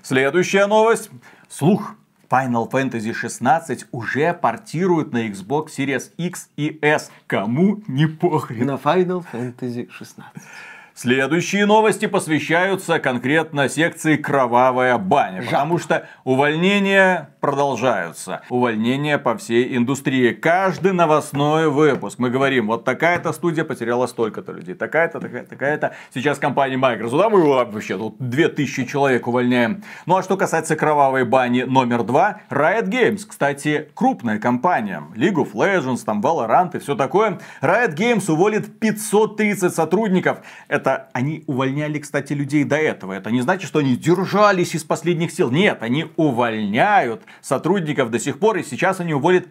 Следующая новость. Слух. Final Fantasy 16 уже портируют на Xbox Series X и S. Кому не похрен. На Final Fantasy 16. Следующие новости посвящаются конкретно секции «Кровавая баня». Потому что увольнения продолжаются. Увольнения по всей индустрии. Каждый новостной выпуск мы говорим, вот такая-то студия потеряла столько-то людей. Такая-то, такая-то. Сейчас компания Microsoft, да, мы вообще тут 2000 человек увольняем. Ну а что касается «Кровавой бани» номер 2, Riot Games, кстати, крупная компания. League of Legends, там Valorant и все такое. Riot Games уволит 530 сотрудников. Это они увольняли, кстати, людей до этого. Это не значит, что они держались из последних сил. Нет, они увольняют сотрудников до сих пор. И сейчас они уволят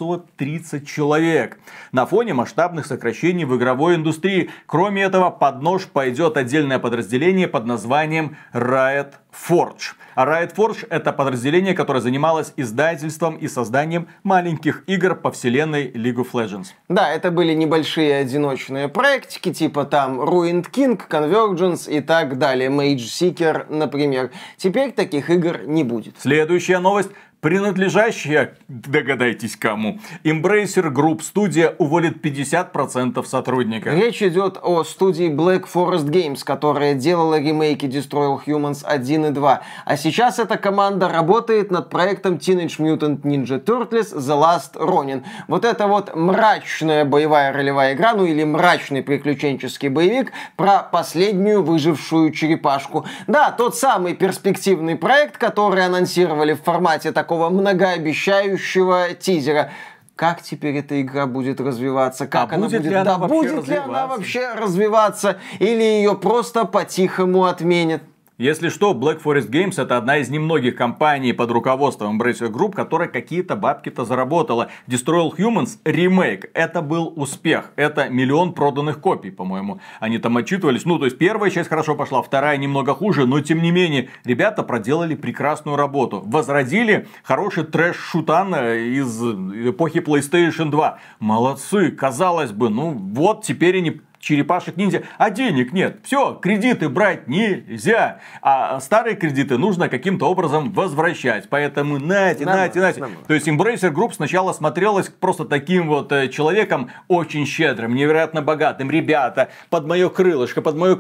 530 человек. На фоне масштабных сокращений в игровой индустрии. Кроме этого, под нож пойдет отдельное подразделение под названием Riot Forge. А Riot Forge — это подразделение, которое занималось издательством и созданием маленьких игр по вселенной League of Legends. Да, это были небольшие одиночные проектики, типа там Ruined King, Convergence и так далее. Mage Seeker, например. Теперь таких игр не будет. Следующая новость. Принадлежащая, догадайтесь кому, Embracer Group студия уволит 50% сотрудников. Речь идет о студии Black Forest Games, которая делала ремейки Destroy All Humans 1 и 2. А сейчас эта команда работает над проектом Teenage Mutant Ninja Turtles The Last Ronin. Вот это вот мрачная боевая ролевая игра, ну или мрачный приключенческий боевик про последнюю выжившую черепашку. Да, тот самый перспективный проект, который анонсировали в формате такого многообещающего тизера. Как теперь эта игра будет развиваться? Как она будет? Да, будет ли она вообще развиваться? Или ее просто по-тихому отменят? Если что, Black Forest Games — это одна из немногих компаний под руководством Embracer Group, которая какие-то бабки-то заработала. Destroy All Humans ремейк — это был успех. Это 1 миллион проданных копий, по-моему. Они там отчитывались. Ну, то есть первая часть хорошо пошла, вторая немного хуже, но тем не менее, ребята проделали прекрасную работу. Возродили хороший трэш-шутан из эпохи PlayStation 2. Молодцы, казалось бы, ну вот теперь они черепашек-ниндзя, а денег нет. Все, кредиты брать нельзя. А старые кредиты нужно каким-то образом возвращать. Поэтому нате. То есть Embracer Group сначала смотрелась просто таким вот человеком очень щедрым, невероятно богатым. Ребята, под мое крылышко,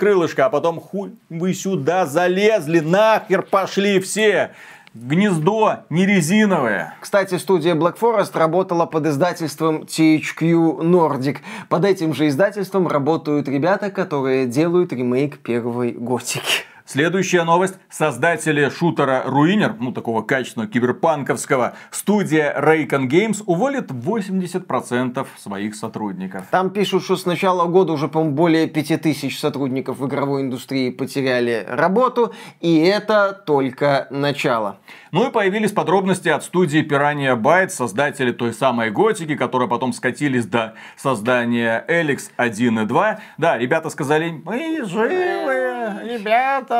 а потом хуй вы сюда залезли, нахер пошли все. Гнездо не резиновое. Кстати, студия Black Forest работала под издательством THQ Nordic. Под этим же издательством работают ребята, которые делают ремейк первой Готики. Следующая новость. Создатели шутера Ruiner, ну такого качественного киберпанковского, студия Raycon Games уволит 80% своих сотрудников. Там пишут, что с начала года уже, по-моему, более 5000 сотрудников в игровой индустрии потеряли работу, и это только начало. Ну и появились подробности от студии Piranha Bytes, создатели той самой Готики, которые потом скатились до создания Alyx 1 и 2. Да, ребята сказали, мы живы, ребята,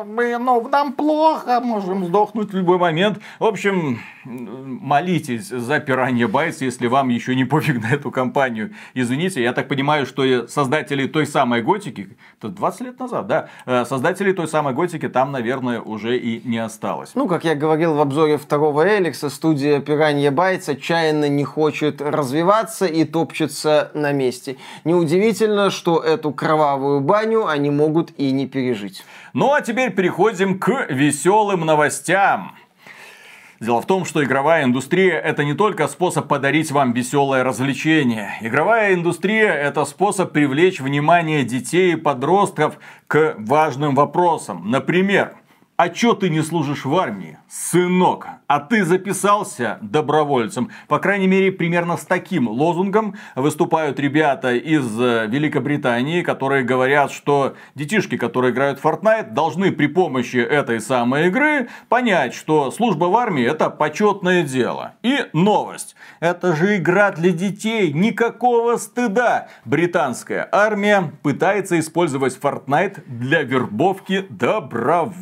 нам плохо, можем сдохнуть в любой момент. В общем, молитесь за Piranha Bytes, если вам еще не пофиг на эту компанию. Извините, я так понимаю, что создатели той самой Готики, это 20 лет назад, да, создатели той самой Готики там, наверное, уже и не осталось. Ну, как я говорил в обзоре второго Эликса, студия Piranha Bytes отчаянно не хочет развиваться и топчется на месте. Неудивительно, что эту кровавую баню они могут и не пережить. Ну а теперь переходим к веселым новостям. Дело в том, что игровая индустрия — это не только способ подарить вам веселое развлечение. Игровая индустрия — это способ привлечь внимание детей и подростков к важным вопросам. Например, а чё ты не служишь в армии, сынок? А ты записался добровольцем? По крайней мере, примерно с таким лозунгом выступают ребята из Великобритании, которые говорят, что детишки, которые играют в Fortnite, должны при помощи этой самой игры понять, что служба в армии — это почетное дело. И новость. Это же игра для детей, никакого стыда. Британская армия пытается использовать Fortnite для вербовки добровольцев.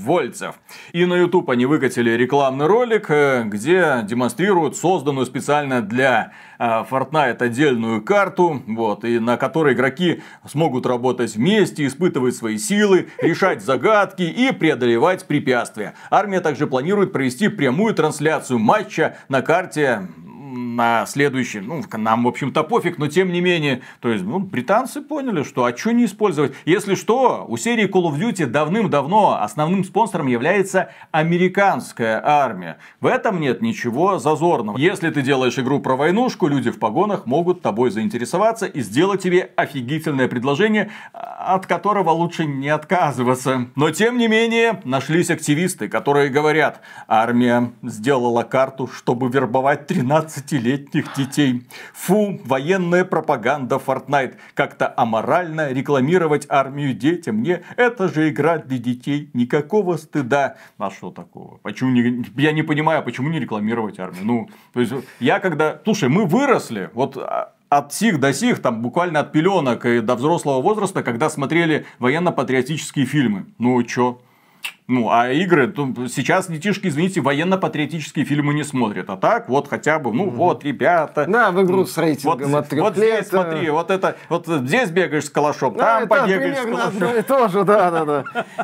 видосов. И на YouTube они выкатили рекламный ролик, где демонстрируют созданную специально для Fortnite отдельную карту, вот, и на которой игроки смогут работать вместе, испытывать свои силы, решать загадки и преодолевать препятствия. Армия также планирует провести прямую трансляцию матча на карте на следующий, нам, в общем-то, пофиг, но тем не менее, то есть, британцы поняли, что, а что не использовать? Если что, у серии Call of Duty давным-давно основным спонсором является американская армия. В этом нет ничего зазорного. Если ты делаешь игру про войнушку, люди в погонах могут тобой заинтересоваться и сделать тебе офигительное предложение, от которого лучше не отказываться. Но, тем не менее, нашлись активисты, которые говорят, армия сделала карту, чтобы вербовать 13-летних детей. Фу, военная пропаганда Fortnite. Как-то аморально рекламировать армию детям. Не, это же игра для детей. Никакого стыда. А что такого? Почему не... Я не понимаю, почему не рекламировать армию? То есть, я когда... Слушай, мы выросли, вот... От сих до сих, там буквально от пеленок и до взрослого возраста, когда смотрели военно-патриотические фильмы. Ну и чё? А игры, сейчас детишки, извините, военно-патриотические фильмы не смотрят. А так, вот хотя бы, вот, ребята. Да, в игру с рейтингом от 3 лет. Вот здесь, смотри, вот здесь бегаешь с калашом, там побегаешь с калашом. Одно и то же, да.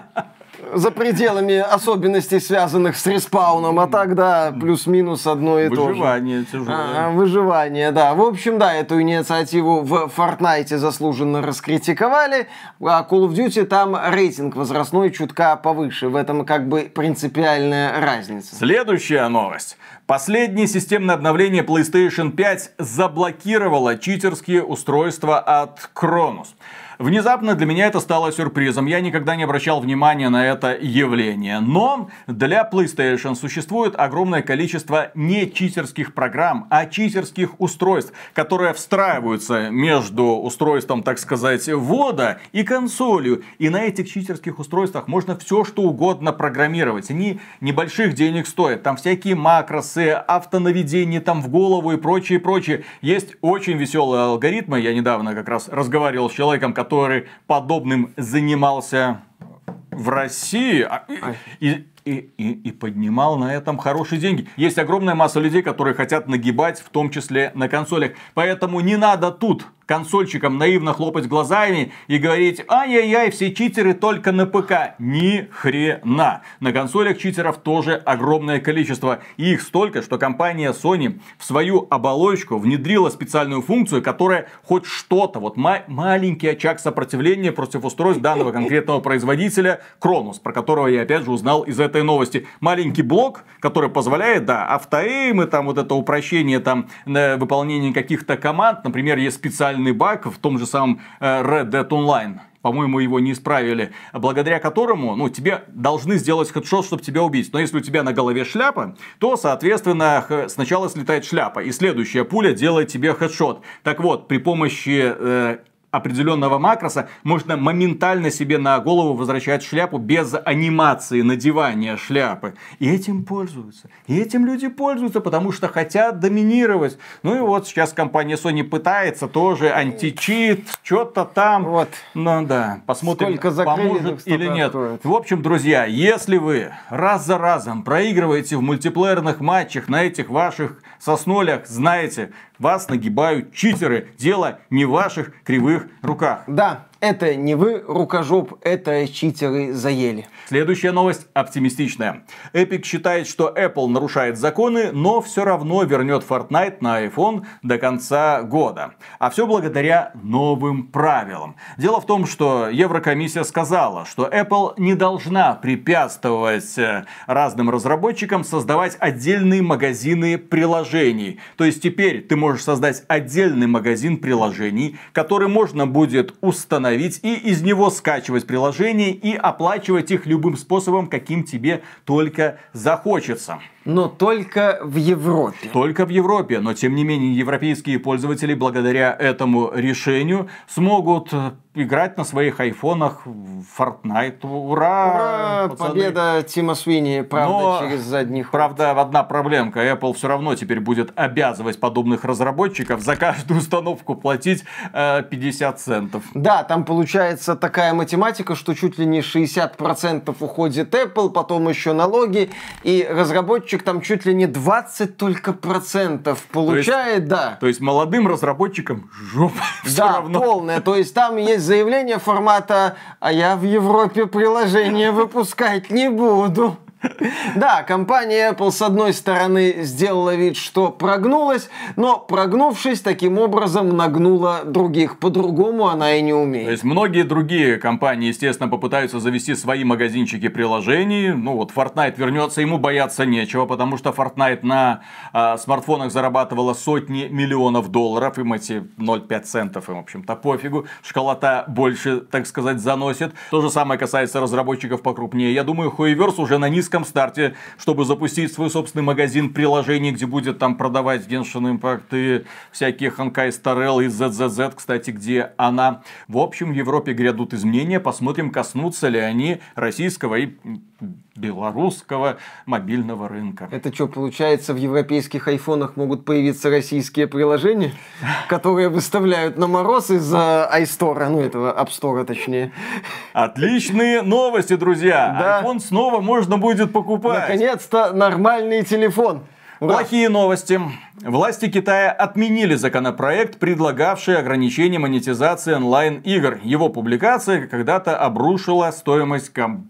За пределами особенностей, связанных с респауном, а так, да, плюс-минус одно и то же. Выживание тяжелое. Выживание, да. В общем, да, эту инициативу в Fortnite заслуженно раскритиковали, а Call of Duty там рейтинг возрастной чутка повыше. В этом как бы принципиальная разница. Следующая новость. Последнее системное обновление PlayStation 5 заблокировало читерские устройства от Cronus. Внезапно для меня это стало сюрпризом. Я никогда не обращал внимания на это явление. Но для PlayStation существует огромное количество не читерских программ, а читерских устройств, которые встраиваются между устройством, так сказать, ввода и консолью. И на этих читерских устройствах можно все что угодно программировать. Они небольших денег стоят. Там всякие макросы, автонаведение там в голову и прочее, прочее. Есть очень веселые алгоритмы. Я недавно как раз разговаривал с человеком, который подобным занимался в России и поднимал на этом хорошие деньги. Есть огромная масса людей, которые хотят нагибать, в том числе на консолях. Поэтому не надо тут консольщикам наивно хлопать глазами и говорить, ай-яй-яй, все читеры только на ПК. Ни хрена. На консолях читеров тоже огромное количество. И их столько, что компания Sony в свою оболочку внедрила специальную функцию, которая хоть что-то, вот маленький очаг сопротивления против устройств данного конкретного производителя Cronus, про которого я опять же узнал из этой новости. Маленький блок, который позволяет, автоэйм и там вот это упрощение там выполнения каких-то команд. Например, есть специальный баг в том же самом Red Dead Online. По-моему, его не исправили. Благодаря которому, тебе должны сделать хедшот, чтобы тебя убить. Но если у тебя на голове шляпа, то, соответственно, сначала слетает шляпа. И следующая пуля делает тебе хедшот. Так вот, при помощи определенного макроса можно моментально себе на голову возвращать шляпу без анимации надевания шляпы. И этим пользуются. И этим люди пользуются, потому что хотят доминировать. Ну и вот сейчас компания Sony пытается тоже античит, что-то там. Вот. Ну да, посмотрим, поможет или нет. Откроет. В общем, друзья, если вы раз за разом проигрываете в мультиплеерных матчах на этих ваших соснолях, знаете, вас нагибают читеры. Дело не в ваших кривых руках. Да, это не вы, рукожоп, это читеры заели. Следующая новость оптимистичная. Epic считает, что Apple нарушает законы, но все равно вернет Fortnite на iPhone до конца года. А все благодаря новым правилам. Дело в том, что Еврокомиссия сказала, что Apple не должна препятствовать разным разработчикам создавать отдельные магазины приложений. То есть теперь ты можешь создать отдельный магазин приложений, который можно будет установить и из него скачивать приложения и оплачивать их любым способом, каким тебе только захочется. Но только в Европе. Только в Европе. Но, тем не менее, европейские пользователи благодаря этому решению смогут играть на своих айфонах в Fortnite. Ура! Ура! Победа Тима Свини, правда, через задний ход. Правда, одна проблемка. Apple все равно теперь будет обязывать подобных разработчиков за каждую установку платить 50 центов. Да, там получается такая математика, что чуть ли не 60% уходит Apple, потом еще налоги, и разработчик там чуть ли не 20 только процентов получает, да. То есть молодым разработчикам жопа все равно. Да, полная. То есть там есть заявление формата «А я в Европе приложение выпускать не буду». Да, компания Apple, с одной стороны, сделала вид, что прогнулась, но, прогнувшись, таким образом нагнула других. По-другому она и не умеет. То есть многие другие компании, естественно, попытаются завести свои магазинчики приложений. Ну вот Fortnite вернется, ему бояться нечего, потому что Fortnite на смартфонах зарабатывала сотни миллионов долларов. Им эти 0,5 центов, им, в общем-то, пофигу. Школота больше, так сказать, заносит. То же самое касается разработчиков покрупнее. Я думаю, Huiverse уже на низком старте, чтобы запустить свой собственный магазин приложений, где будет там продавать Genshin Impact и всякие Honkai Star Rail и ZZZ, кстати, где она. В общем, в Европе грядут изменения. Посмотрим, коснутся ли они российского и белорусского мобильного рынка. Это что, получается, в европейских айфонах могут появиться российские приложения, которые выставляют на мороз из-за iStore, ну этого App Store точнее. Отличные новости, друзья! Да. iPhone снова можно будет покупать. Наконец-то нормальный телефон. Ура. Плохие новости. Власти Китая отменили законопроект, предлагавший ограничение монетизации онлайн-игр. Его публикация когда-то обрушила стоимость компании.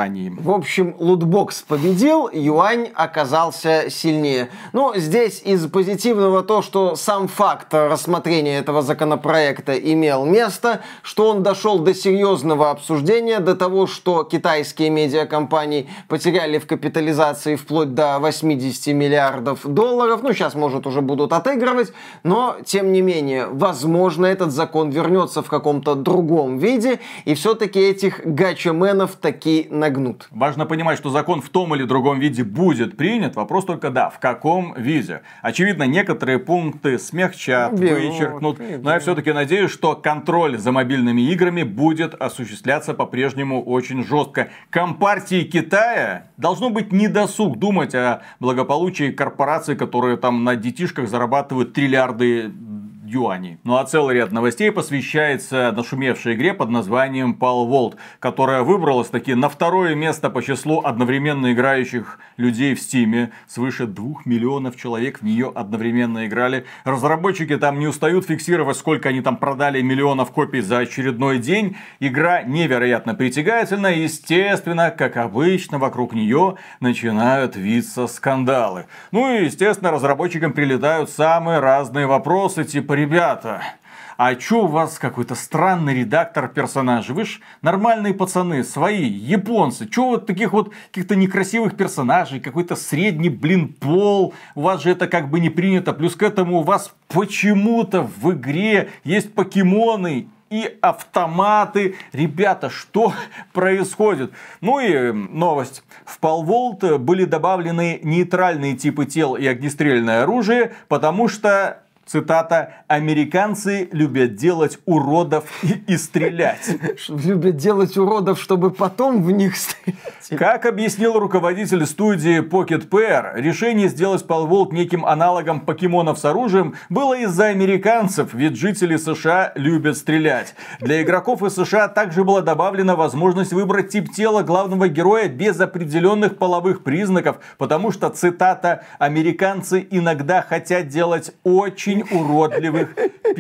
В общем, лутбокс победил, юань оказался сильнее. Но здесь из позитивного то, что сам факт рассмотрения этого законопроекта имел место, что он дошел до серьезного обсуждения, до того, что китайские медиакомпании потеряли в капитализации вплоть до 80 миллиардов долларов. Ну, сейчас, может, уже будут отыгрывать, но, тем не менее, возможно, этот закон вернется в каком-то другом виде, и все-таки этих гачаменов таки нагнут. Важно понимать, что закон в том или другом виде будет принят. Вопрос только, да, в каком виде. Очевидно, некоторые пункты смягчат, вычеркнут. Но я все-таки надеюсь, что контроль за мобильными играми будет осуществляться по-прежнему очень жестко. Компартии Китая должно быть недосуг думать о благополучии корпораций, которые там на детишках зарабатывают триллиарды юаней. Ну а целый ряд новостей посвящается нашумевшей игре под названием Palworld, которая выбралась таки на второе место по числу одновременно играющих людей в Стиме. Свыше 2 миллионов человек в нее одновременно играли. Разработчики там не устают фиксировать, сколько они там продали миллионов копий за очередной день. Игра невероятно притягательна. Естественно, как обычно, вокруг нее начинают виться скандалы. Ну и, естественно, разработчикам прилетают самые разные вопросы, типа: ребята, а чё у вас какой-то странный редактор персонажей? Вы ж нормальные пацаны, свои, японцы. Чё вот таких вот каких-то некрасивых персонажей, какой-то средний, пол? У вас же это как бы не принято. Плюс к этому у вас почему-то в игре есть покемоны и автоматы. Ребята, что происходит? Ну и новость. В Palworld были добавлены нейтральные типы тел и огнестрельное оружие, потому что... Цитата: «Американцы любят делать уродов и стрелять». Любят делать уродов, чтобы потом в них стрелять. Как объяснил руководитель студии Pocket Pair, решение сделать Palworld неким аналогом покемонов с оружием было из-за американцев, ведь жители США любят стрелять. Для игроков из США также была добавлена возможность выбрать тип тела главного героя без определенных половых признаков, потому что, цитата: «Американцы иногда хотят делать очень уродливых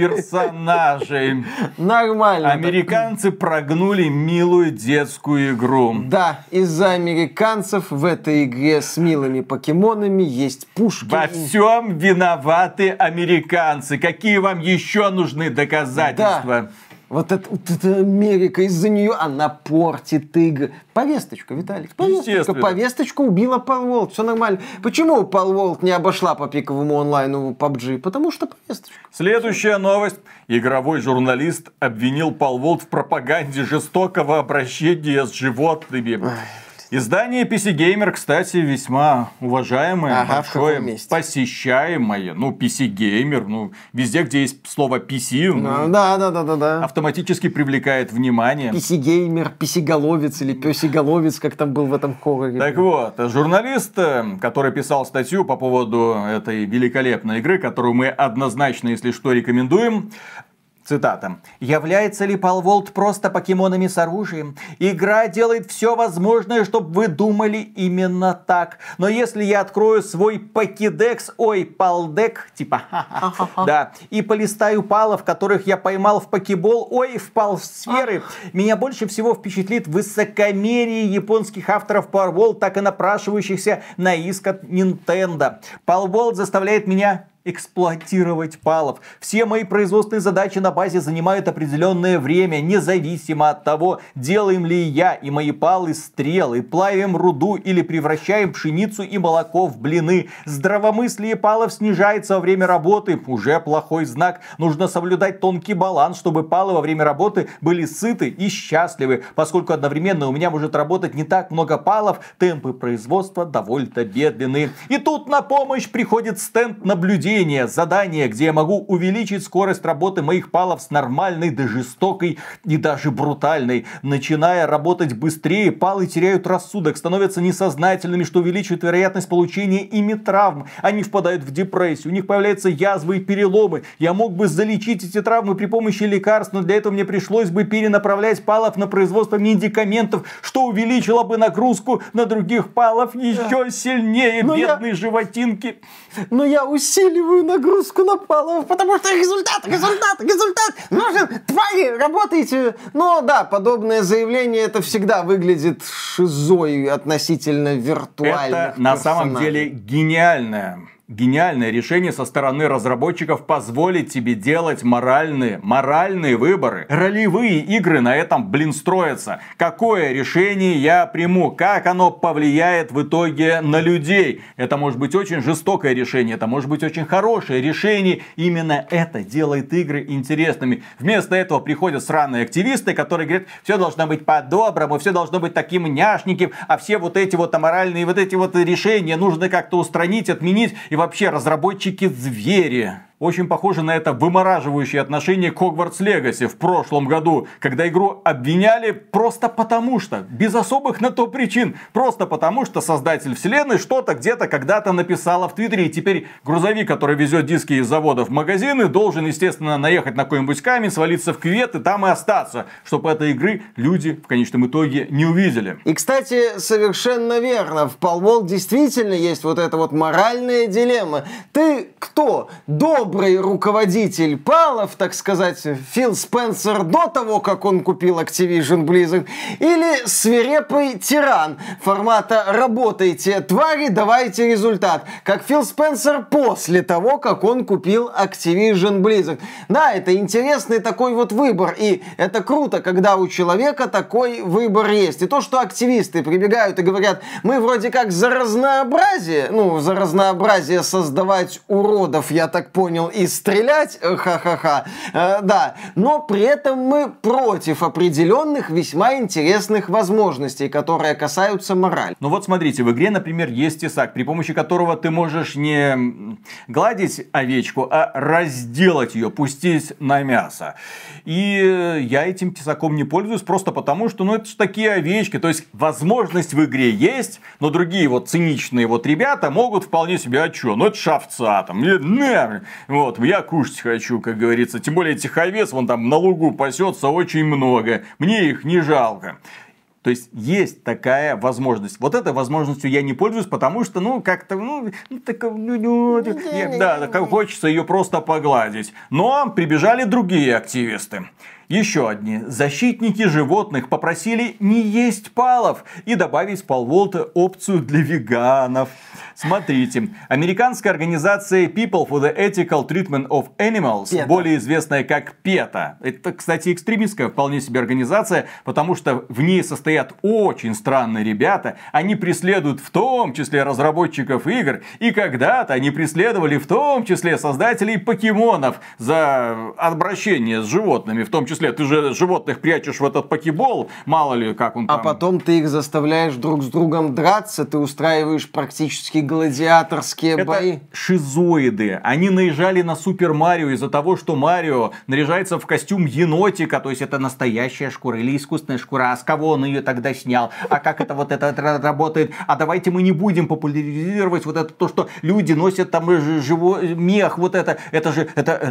персонажей». Нормально. Американцы прогнули милую детскую игру. Да, из-за американцев в этой игре с милыми покемонами есть пушки. Во всем виноваты американцы. Какие вам еще нужны доказательства? Да. Вот это Америка, из-за нее она портит игры. Повесточка, Виталик, повесточка убила Palworld, все нормально. Почему Palworld не обошла по пиковому онлайну PUBG? Потому что повесточка. Следующая новость. Игровой журналист обвинил Palworld в пропаганде жестокого обращения с животными. Издание PC Gamer, кстати, весьма уважаемое, большое, посещаемое. Ну, PC Gamer, везде, где есть слово PC, да. автоматически привлекает внимание. PC Gamer, PC-головец или пёси-головец, как там был в этом хорроре. Так вот, журналист, который писал статью по поводу этой великолепной игры, которую мы однозначно, если что, рекомендуем. Цитата. «Является ли Palworld просто покемонами с оружием? Игра делает все возможное, чтобы вы думали именно так. Но если я открою свой покедекс, палдек, типа да, и полистаю палов, которых я поймал в покебол, в палсферы, меня больше всего впечатлит высокомерие японских авторов Palworld, так и напрашивающихся на иск от Nintendo. Palworld заставляет меня эксплуатировать палов. Все мои производственные задачи на базе занимают определенное время, независимо от того, делаем ли я и мои палы стрелы, плавим руду или превращаем пшеницу и молоко в блины. Здравомыслие палов снижается во время работы. Уже плохой знак. Нужно соблюдать тонкий баланс, чтобы палы во время работы были сыты и счастливы. Поскольку одновременно у меня может работать не так много палов, темпы производства довольно медленные. И тут на помощь приходит стенд наблюдения. Задание, где я могу увеличить скорость работы моих палов с нормальной до жестокой и даже брутальной. Начиная работать быстрее, палы теряют рассудок, становятся несознательными, что увеличивает вероятность получения ими травм. Они впадают в депрессию, у них появляются язвы и переломы. Я мог бы залечить эти травмы при помощи лекарств, но для этого мне пришлось бы перенаправлять палов на производство медикаментов, что увеличило бы нагрузку на других палов еще сильнее. Бедные животинки. Но я усиливаю нагрузку на палов, потому что результат нужен. Твари, работайте. Но да, подобное заявление, это всегда выглядит шизой относительно виртуальных Это на самом деле гениальное решение со стороны разработчиков позволить тебе делать моральные выборы. Ролевые игры на этом, строятся. Какое решение я приму? Как оно повлияет в итоге на людей? Это может быть очень жестокое решение, это может быть очень хорошее решение. Именно это делает игры интересными. Вместо этого приходят сраные активисты, которые говорят, все должно быть по-доброму, все должно быть таким няшненьким, а все вот эти вот аморальные решения нужно как-то устранить, отменить. И вообще разработчики звери. Очень похоже на это вымораживающее отношение к Hogwarts Legacy в прошлом году, когда игру обвиняли просто потому что, без особых на то причин, просто потому что создатель вселенной что-то где-то когда-то написала в Твиттере, и теперь грузовик, который везет диски из завода в магазины, должен, естественно, наехать на какой-нибудь камень, свалиться в кювет и там и остаться, чтобы этой игры люди в конечном итоге не увидели. И, кстати, совершенно верно, в Palworld действительно есть вот эта вот моральная дилемма. Ты кто? Добрый руководитель палов, так сказать, Фил Спенсер до того, как он купил Activision Blizzard, или свирепый тиран формата «работайте, твари, давайте результат», как Фил Спенсер после того, как он купил Activision Blizzard. Да, это интересный такой вот выбор, и это круто, когда у человека такой выбор есть. И то, что активисты прибегают и говорят, мы вроде как за разнообразие, за разнообразие создавать уродов, я так понял, и стрелять, ха-ха-ха, да, но при этом мы против определенных весьма интересных возможностей, которые касаются морали. Ну вот смотрите, в игре, например, есть тесак, при помощи которого ты можешь не гладить овечку, а разделать ее, пустить на мясо. И я этим тесаком не пользуюсь просто потому, что, это же такие овечки, то есть возможность в игре есть, но другие вот циничные вот ребята могут вполне себе, это шавца там, вот, я кушать хочу, как говорится. Тем более этих овец, вон там на лугу пасется очень много. Мне их не жалко. То есть, есть такая возможность. Вот этой возможностью я не пользуюсь, потому что, хочется ее просто погладить. Но прибежали другие активисты. Еще одни защитники животных попросили не есть палов и добавить в Palworld опцию для веганов. Смотрите, американская организация People for the Ethical Treatment of Animals, PETA. более известная как PETA. Это, кстати, экстремистская вполне себе организация, потому что в ней состоят очень странные ребята. Они преследуют в том числе разработчиков игр, и когда-то они преследовали в том числе создателей покемонов за обращение с животными. В том числе, ты же животных прячешь в этот покебол, мало ли как он там... А потом ты их заставляешь друг с другом драться, ты устраиваешь практически гладиаторские бои. Это шизоиды. Они наезжали на Супер Марио из-за того, что Марио наряжается в костюм енотика, то есть это настоящая шкура или искусственная шкура. А с кого он ее тогда снял? А как это вот это работает? А давайте мы не будем популяризировать вот это то, что люди носят там живой мех, вот это же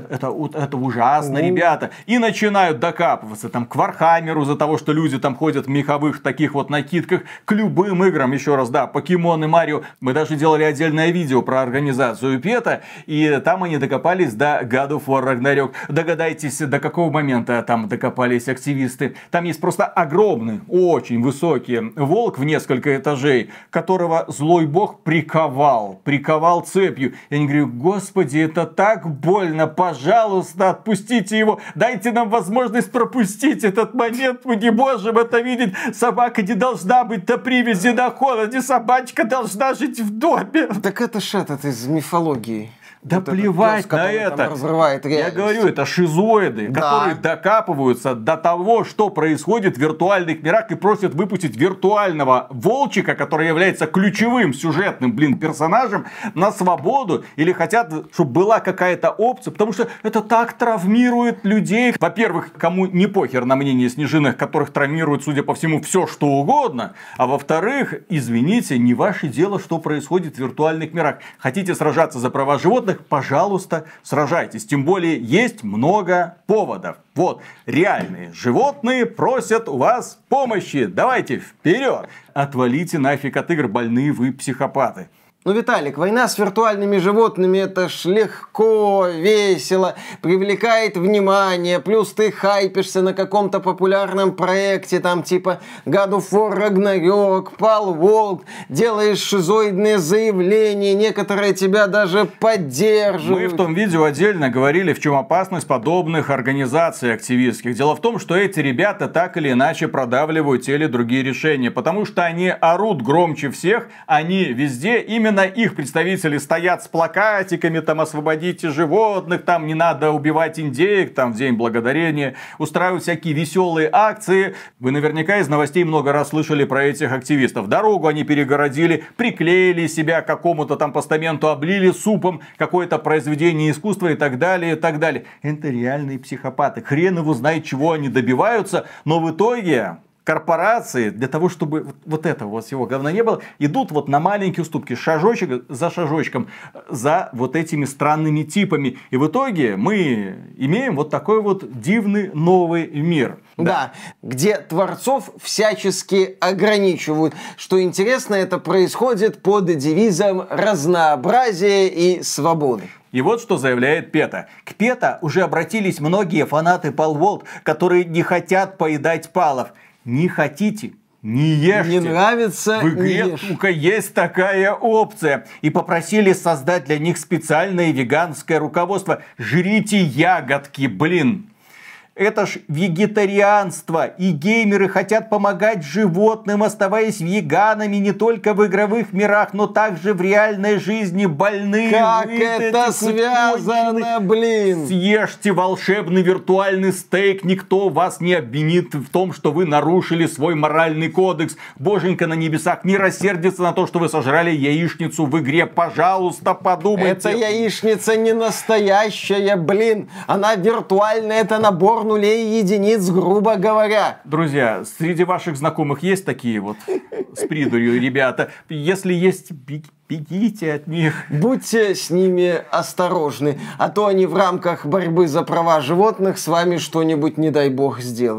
это ужасно, ребята. И начинают докапываться там к Вархаммеру из-за того, что люди там ходят в меховых таких вот накидках, к любым играм, еще раз, да, Покемон и Марио. Мы даже делали отдельное видео про организацию PETA, и там они докопались до God of War Ragnarok. Догадайтесь, до какого момента там докопались активисты. Там есть просто огромный, очень высокий волк в несколько этажей, которого злой бог приковал цепью. Я не говорю, господи, это так больно, пожалуйста, отпустите его, дайте нам возможность пропустить этот момент, мы не можем это видеть. Собака не должна быть на привязи на холоде, собачка должна жить в доме. Так это ж этот из мифологии. Да вот плевать пес, на это. Разрывает реальность. Я говорю, это шизоиды, Да. которые докапываются до того, что происходит в виртуальных мирах, и просят выпустить виртуального волчика, который является ключевым сюжетным, персонажем, на свободу. Или хотят, чтобы была какая-то опция, потому что это так травмирует людей. Во-первых, кому не похер на мнение снежинок, которых травмирует, судя по всему, все что угодно. А во-вторых, извините, не ваше дело, что происходит в виртуальных мирах. Хотите сражаться за права животных? Пожалуйста, сражайтесь. Тем более, есть много поводов. Вот, реальные животные просят у вас помощи. Давайте вперед. Отвалите нафиг от игр, больные вы психопаты. Ну, Виталик, война с виртуальными животными — это ж легко, весело, привлекает внимание, плюс ты хайпишься на каком-то популярном проекте, там типа God of War Ragnarok, Palworld, делаешь шизоидные заявления, некоторые тебя даже поддерживают. Мы в том видео отдельно говорили, в чем опасность подобных организаций активистских. Дело в том, что эти ребята так или иначе продавливают те или другие решения, потому что они орут громче всех, они везде, именно их представители стоят с плакатиками, там, освободите животных, там, не надо убивать индеек, там, в День Благодарения, устраивают всякие веселые акции. Вы наверняка из новостей много раз слышали про этих активистов. Дорогу они перегородили, приклеили себя к какому-то там постаменту, облили супом какое-то произведение искусства и так далее, и так далее. Это реальные психопаты. Хрен его знает, чего они добиваются, но в итоге... Корпорации, для того, чтобы вот этого вот всего говна не было, идут вот на маленькие уступки, шажочек за шажочком, за вот этими странными типами. И в итоге мы имеем вот такой вот дивный новый мир. Да, где творцов всячески ограничивают. Что интересно, это происходит под девизом разнообразия и свободы. И вот что заявляет PETA. К PETA уже обратились многие фанаты Palworld, которые не хотят поедать палов. Не хотите? Не ешьте. Не нравится, в игре не ешь. только есть такая опция. И попросили создать для них специальное веганское руководство. Жрите ягодки, блин. Это ж вегетарианство, и геймеры хотят помогать животным, оставаясь веганами не только в игровых мирах, но также в реальной жизни. Больные. Как это связано, блин? Съешьте волшебный виртуальный стейк, никто вас не обвинит в том, что вы нарушили свой моральный кодекс. Боженька на небесах не рассердится на то, что вы сожрали яичницу в игре. Пожалуйста, подумайте. Эта яичница не настоящая, блин. Она виртуальная, это набор нулей и единиц, грубо говоря. Друзья, среди ваших знакомых есть такие вот с придурью ребята? Если есть, бегите от них. Будьте с ними осторожны, а то они в рамках борьбы за права животных с вами что-нибудь, не дай бог, сделают.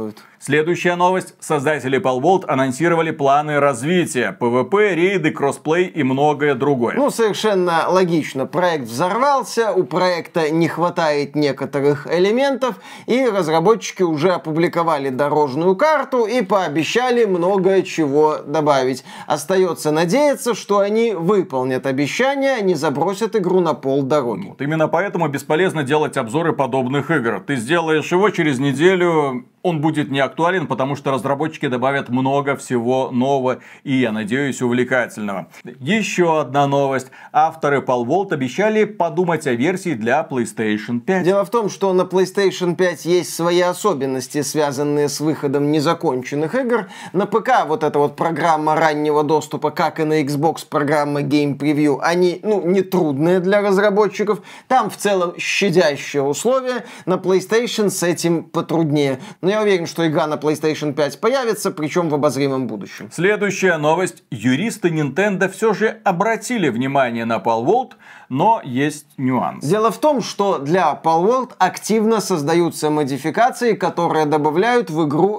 Следующая новость. Создатели Palworld анонсировали планы развития. PvP, рейды, кроссплей и многое другое. Ну, совершенно логично. Проект взорвался, у проекта не хватает некоторых элементов, и разработчики уже опубликовали дорожную карту и пообещали многое чего добавить. Остается надеяться, что они выполнят обещания, не забросят игру на полдороги. Вот именно поэтому бесполезно делать обзоры подобных игр. Ты сделаешь его через неделю, он будет не актуален, потому что разработчики добавят много всего нового и, я надеюсь, увлекательного. Еще одна новость. Авторы Palworld обещали подумать о версии для PlayStation 5. Дело в том, что на PlayStation 5 есть свои особенности, связанные с выходом незаконченных игр. На ПК вот эта вот программа раннего доступа, как и на Xbox программа Game Preview, они, не трудные для разработчиков. Там в целом щадящие условия. На PlayStation с этим потруднее. Но я уверен, что игра на PlayStation 5 появится, причем в обозримом будущем. Следующая новость. Юристы Nintendo все же обратили внимание на Palworld, но есть нюанс. Дело в том, что для Palworld активно создаются модификации, которые добавляют в игру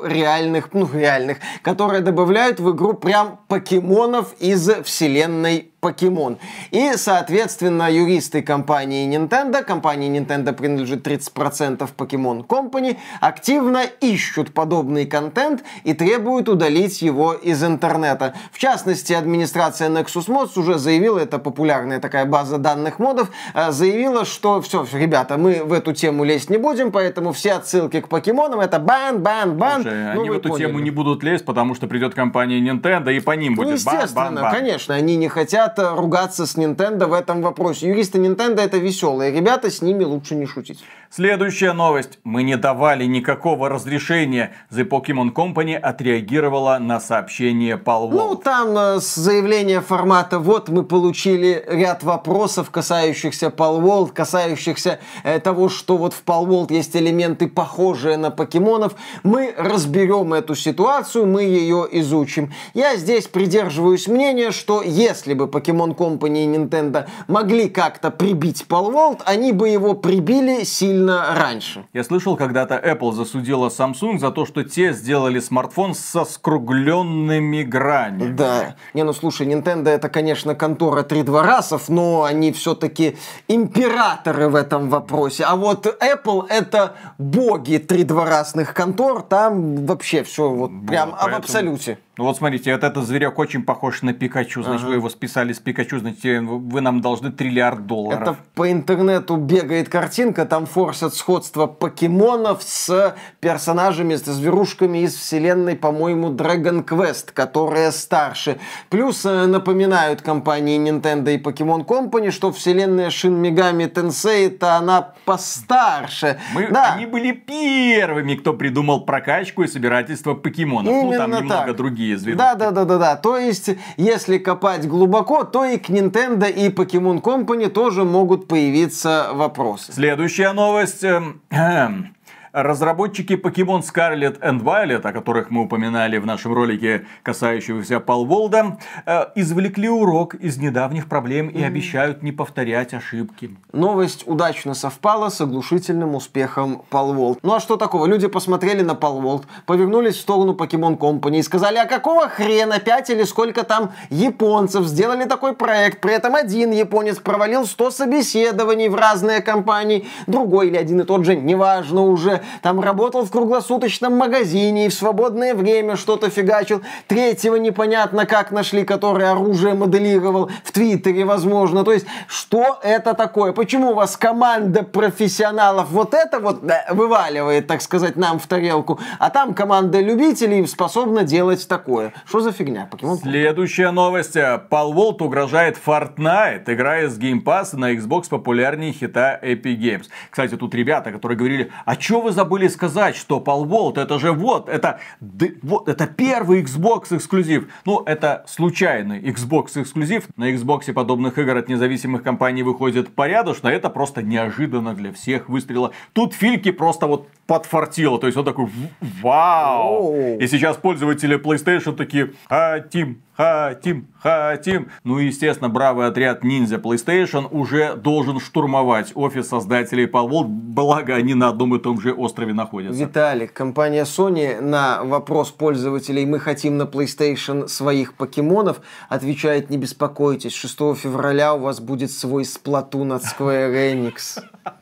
которые добавляют в игру прям покемонов из вселенной Покемон. И, соответственно, юристы компании Nintendo принадлежит 30% Pokemon Company, активно ищут подобный контент и требуют удалить его из интернета. В частности, администрация Nexus Mods уже заявила, это популярная такая база данных модов, заявила, что все, ребята, мы в эту тему лезть не будем, поэтому все отсылки к покемонам это бан. Слушай, они в эту тему не будут лезть, потому что придет компания Nintendo и по ним будет бан. Естественно, конечно, они не хотят ругаться с Nintendo в этом вопросе. Юристы Nintendo это веселые ребята, с ними лучше не шутить. Следующая новость. Мы не давали никакого разрешения. The Pokemon Company отреагировала на сообщение Palworld. Там заявление формата: вот мы получили ряд вопросов, касающихся Palworld, касающихся того, что вот в Palworld есть элементы, похожие на покемонов. Мы разберем эту ситуацию, мы ее изучим. Я здесь придерживаюсь мнения, что если бы Pokemon Company и Nintendo могли как-то прибить Palworld, они бы его прибили сильно раньше. Я слышал, когда-то Apple засудила Samsung за то, что те сделали смартфон со скругленными гранями. Да. Слушай, Nintendo это, конечно, контора тридворасов, но они все-таки императоры в этом вопросе. А вот Apple это боги тридворасных контор, там вообще все прям об абсолюте. Ну вот смотрите, этот зверек очень похож на Пикачу. Значит, вы его списали с Пикачу, значит, вы нам должны $1 триллиард. Это по интернету бегает картинка, там форсят сходство покемонов с персонажами, с зверушками из вселенной, по-моему, Dragon Quest, которые старше. Плюс напоминают компании Nintendo и Pokemon Company, что вселенная Shin Megami Tensei-то она постарше. Они были первыми, кто придумал прокачку и собирательство покемонов. Именно там немного так. Другие зверушки. Да. То есть, если копать глубоко, то и к Nintendo и Pokemon Company тоже могут появиться вопросы. Следующая новость. Разработчики Pokemon Scarlet and Violet, о которых мы упоминали в нашем ролике, касающегося Palworld, извлекли урок из недавних проблем и обещают не повторять ошибки. Новость удачно совпала с оглушительным успехом Palworld. Ну а что такого? Люди посмотрели на Palworld, повернулись в сторону Pokemon Company и сказали: а какого хрена 5 или сколько там японцев сделали такой проект, при этом один японец провалил 100 собеседований в разные компании, другой или один и тот же, неважно уже, там работал в круглосуточном магазине и в свободное время что-то фигачил. Третьего непонятно как нашли, который оружие моделировал в Твиттере, возможно. То есть, что это такое? Почему у вас команда профессионалов вываливает, так сказать, нам в тарелку, а там команда любителей способна делать такое? Что за фигня? Покемон? Следующая новость. Palworld угрожает Fortnite, играя с Game Pass на Xbox популярнее хита Epic Games. Кстати, тут ребята, которые говорили: а чё вы забыли сказать, что Palworld это же это первый Xbox эксклюзив. Это случайный Xbox эксклюзив. На Xbox подобных игр от независимых компаний выходит порядочно. Это просто неожиданно для всех выстрела. Тут фильки просто подфартило. То есть он такой, вау! И сейчас пользователи PlayStation такие, хотим. Ну и, естественно, бравый отряд ниндзя PlayStation уже должен штурмовать офис создателей Palworld, благо они на одном и том же острове находятся. Виталик, компания Sony на вопрос пользователей «Мы хотим на PlayStation своих покемонов» отвечает: не беспокойтесь, 6 февраля у вас будет свой Splatoon от Square Enix.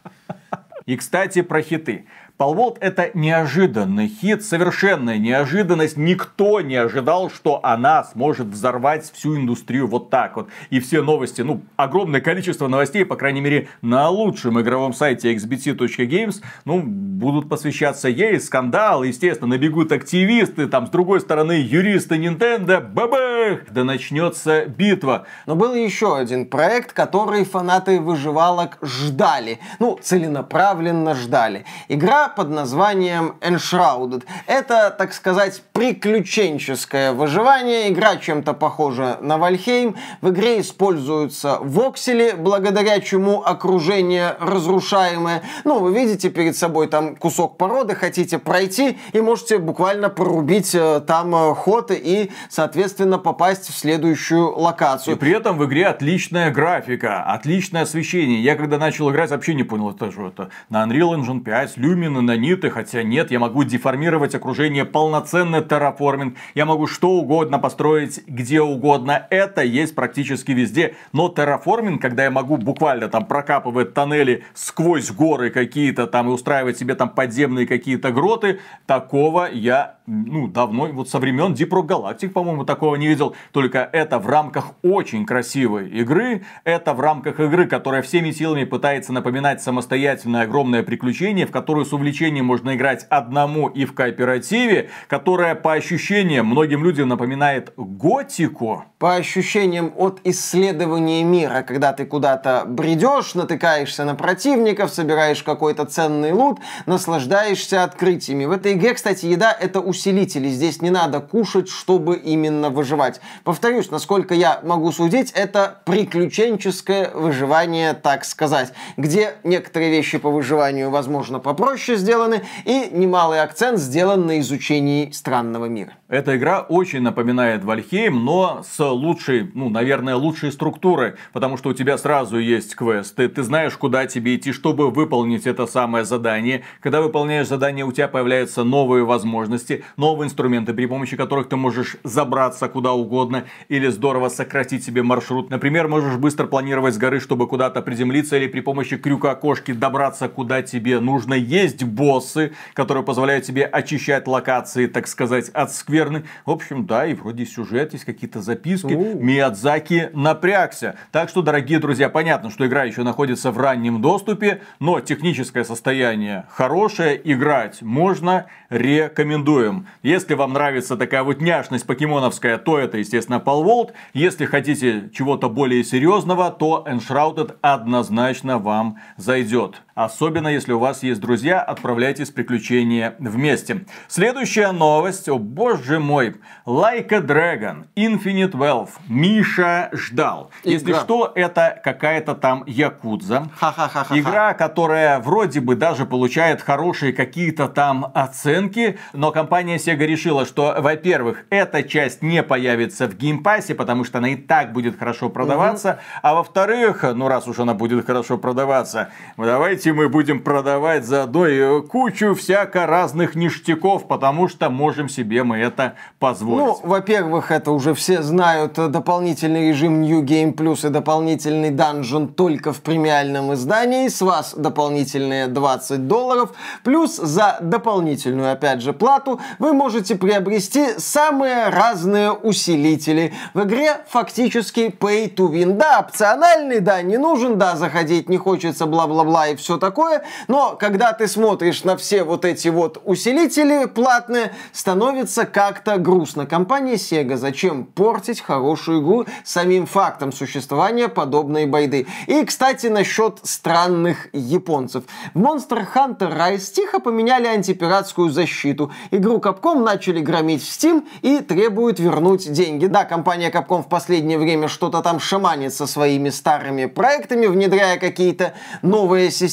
И, кстати, про хиты. Palworld — это неожиданный хит, совершенная неожиданность. Никто не ожидал, что она сможет взорвать всю индустрию вот так вот. И все новости, огромное количество новостей, по крайней мере, на лучшем игровом сайте xbt.games, будут посвящаться ей. Скандалы, естественно, набегут активисты, там, с другой стороны, юристы Nintendo, бабах! Да начнется битва. Но был еще один проект, который фанаты выживалок ждали. Целенаправленно ждали. Игра под названием Enshrouded. Это, так сказать, приключенческое выживание. Игра чем-то похожа на Valheim. В игре используются воксели, благодаря чему окружение разрушаемое. Вы видите перед собой там кусок породы, хотите пройти и можете буквально прорубить там ход и, соответственно, попасть в следующую локацию. И при этом в игре отличная графика, отличное освещение. Я когда начал играть, вообще не понял, это что это. На Unreal Engine 5, Lumen, нанониты, хотя нет, я могу деформировать окружение, полноценный терраформинг, я могу что угодно построить где угодно, это есть практически везде, но терраформинг, когда я могу буквально там прокапывать тоннели сквозь горы какие-то там и устраивать себе там подземные какие-то гроты, такого я давно, со времен Deep Rock Galactic, по-моему, такого не видел, только это в рамках очень красивой игры, это в рамках игры, которая всеми силами пытается напоминать самостоятельное огромное приключение, в которую с увлечением можно играть одному и в кооперативе, которая по ощущениям многим людям напоминает готику. По ощущениям от исследования мира, когда ты куда-то бредешь, натыкаешься на противников, собираешь какой-то ценный лут, наслаждаешься открытиями. В этой игре, кстати, еда — это усилители. Здесь не надо кушать, чтобы именно выживать. Повторюсь, насколько я могу судить, это приключенческое выживание, так сказать, где некоторые вещи по выживанию, возможно, попроще сделаны, и немалый акцент сделан на изучении странного мира. Эта игра очень напоминает Valheim, но с лучшей, наверное, лучшей структурой, потому что у тебя сразу есть квесты, ты знаешь, куда тебе идти, чтобы выполнить это самое задание. Когда выполняешь задание, у тебя появляются новые возможности, новые инструменты, при помощи которых ты можешь забраться куда угодно или здорово сократить себе маршрут. Например, можешь быстро планировать с горы, чтобы куда-то приземлиться, или при помощи крюка-кошки добраться, куда тебе нужно. Есть боссы, которые позволяют тебе очищать локации, так сказать, от скверны. В общем, да, и вроде сюжет, есть какие-то записки. Миядзаки напрягся. Так что, дорогие друзья, понятно, что игра еще находится в раннем доступе, но техническое состояние хорошее, играть можно, рекомендуем. Если вам нравится такая вот няшность покемоновская, то это, естественно, Palworld. Если хотите чего-то более серьезного, то Enshrouded однозначно вам зайдет. Особенно, если у вас есть друзья, отправляйтесь в приключения вместе. Следующая новость. О боже мой. Like a Dragon. Infinite Wealth. Миша ждал. Если что, это какая-то там якудза. Игра, которая вроде бы даже получает хорошие какие-то там оценки. Но компания Sega решила, что, во-первых, эта часть не появится в геймпассе, потому что она и так будет хорошо продаваться. А во-вторых, раз уж она будет хорошо продаваться, давайте мы будем продавать заодно и кучу всяко разных ништяков, потому что можем себе мы это позволить. Во-первых, это уже все знают, дополнительный режим New Game Plus и дополнительный данжен только в премиальном издании. С вас дополнительные $20. Плюс за дополнительную, опять же, плату вы можете приобрести самые разные усилители. В игре фактически pay to win. Да, опциональный, да, не нужен, да, заходить не хочется, бла-бла-бла и все такое, но когда ты смотришь на все вот эти вот усилители платные, становится как-то грустно. Компания Sega, зачем портить хорошую игру самим фактом существования подобной байды? И, кстати, насчет странных японцев. В Monster Hunter Rise тихо поменяли антипиратскую защиту. Игру Capcom начали громить в Steam и требуют вернуть деньги. Да, компания Capcom в последнее время что-то там шаманит со своими старыми проектами, внедряя какие-то новые системы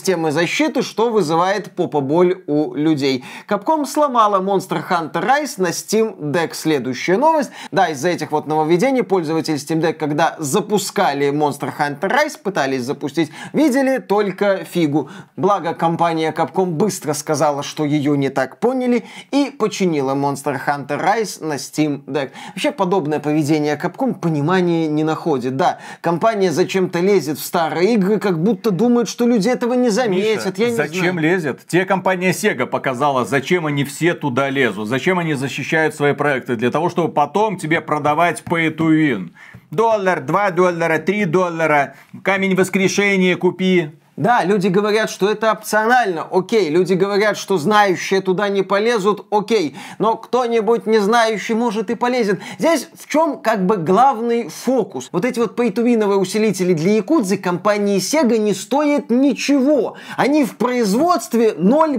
системы защиты, что вызывает попа-боль у людей. Capcom сломала Monster Hunter Rise на Steam Deck. Следующая новость. Да, из-за этих вот нововведений пользователи Steam Deck, когда запускали Monster Hunter Rise, пытались запустить, видели только фигу. Благо, компания Capcom быстро сказала, что ее не так поняли, и починила Monster Hunter Rise на Steam Deck. Вообще, подобное поведение Capcom понимания не находит. Да, компания зачем-то лезет в старые игры, как будто думает, что люди этого не заметят. Миша, зачем лезет? Те компания Sega показала, зачем они все туда лезут, зачем они защищают свои проекты, для того, чтобы потом тебе продавать pay to win. $1, $2, $3, камень воскрешения купи. Да, люди говорят, что это опционально, окей. Люди говорят, что знающие туда не полезут, окей. Но кто-нибудь не знающий может и полезет. Здесь в чем как бы главный фокус? Вот эти вот пейтувиновые усилители для якудзы компании Sega не стоят ничего. Они в производстве 0,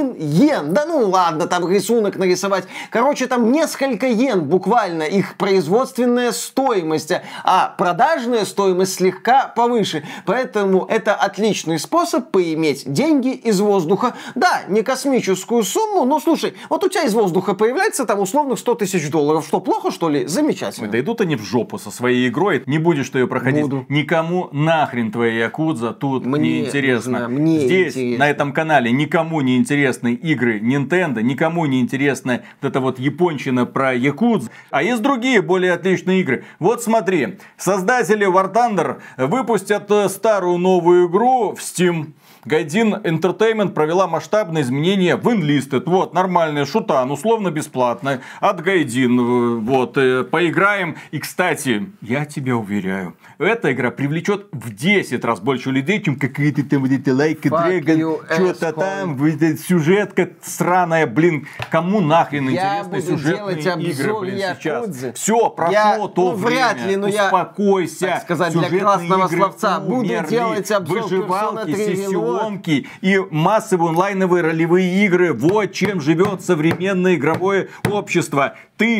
йен. Да ну ладно, там рисунок нарисовать. Короче, там несколько йен буквально их производственная стоимость. А продажная стоимость слегка повыше. Поэтому это отличный способ поиметь деньги из воздуха. Да, не космическую сумму, но слушай, вот у тебя из воздуха появляется там условных $100 тысяч. Что, плохо, что ли? Замечательно. Да идут они в жопу со своей игрой. Не будешь ты ее проходить. Буду. Никому нахрен твоя якудза тут мне неинтересно. Мне здесь, интересно. на этом канале, никому не интересны игры Nintendo, никому не интересна вот эта вот японщина про якудз. А есть другие, более отличные игры. Вот смотри, создатели War Thunder выпустят старую новую игру в Steam. Gaijin Entertainment провела масштабные изменения в Enlisted. Вот, нормальная шутан, условно бесплатная. От Gaijin. Вот, поиграем. И, кстати, я тебя уверяю, эта игра привлечет в 10 раз больше людей, чем какие-то там вот эти Like a Dragon, что-то там, сюжетка сраная, блин. Кому нахрен интересны сюжетные игры, блин, сейчас? Все, прошло то время. Вряд ли, но успокойся. Так сказать, для классного словца буду делать обзор выживалки, сессионки и массовые онлайновые ролевые игры. Вот чем живет современное игровое общество.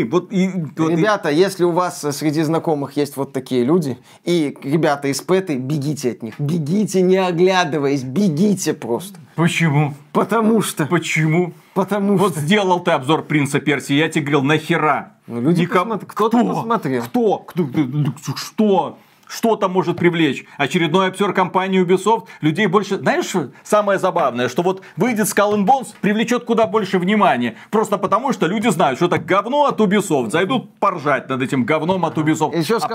Ребята, если у вас среди знакомых есть вот такие люди, и ребята из пэты, бегите от них. Бегите, не оглядываясь, бегите просто. Почему? Потому что. Почему? Потому вот что. Сделал ты обзор Принца Персии, я тебе говорил, нахера? Ну, люди кто-то посмотрел. Что? Что там может привлечь? Очередной обзор компании Ubisoft? Людей больше... Знаешь, самое забавное, что вот выйдет Skull and Bones, привлечет куда больше внимания. Просто потому, что люди знают, что это говно от Ubisoft. Зайдут поржать над этим говном от Ubisoft.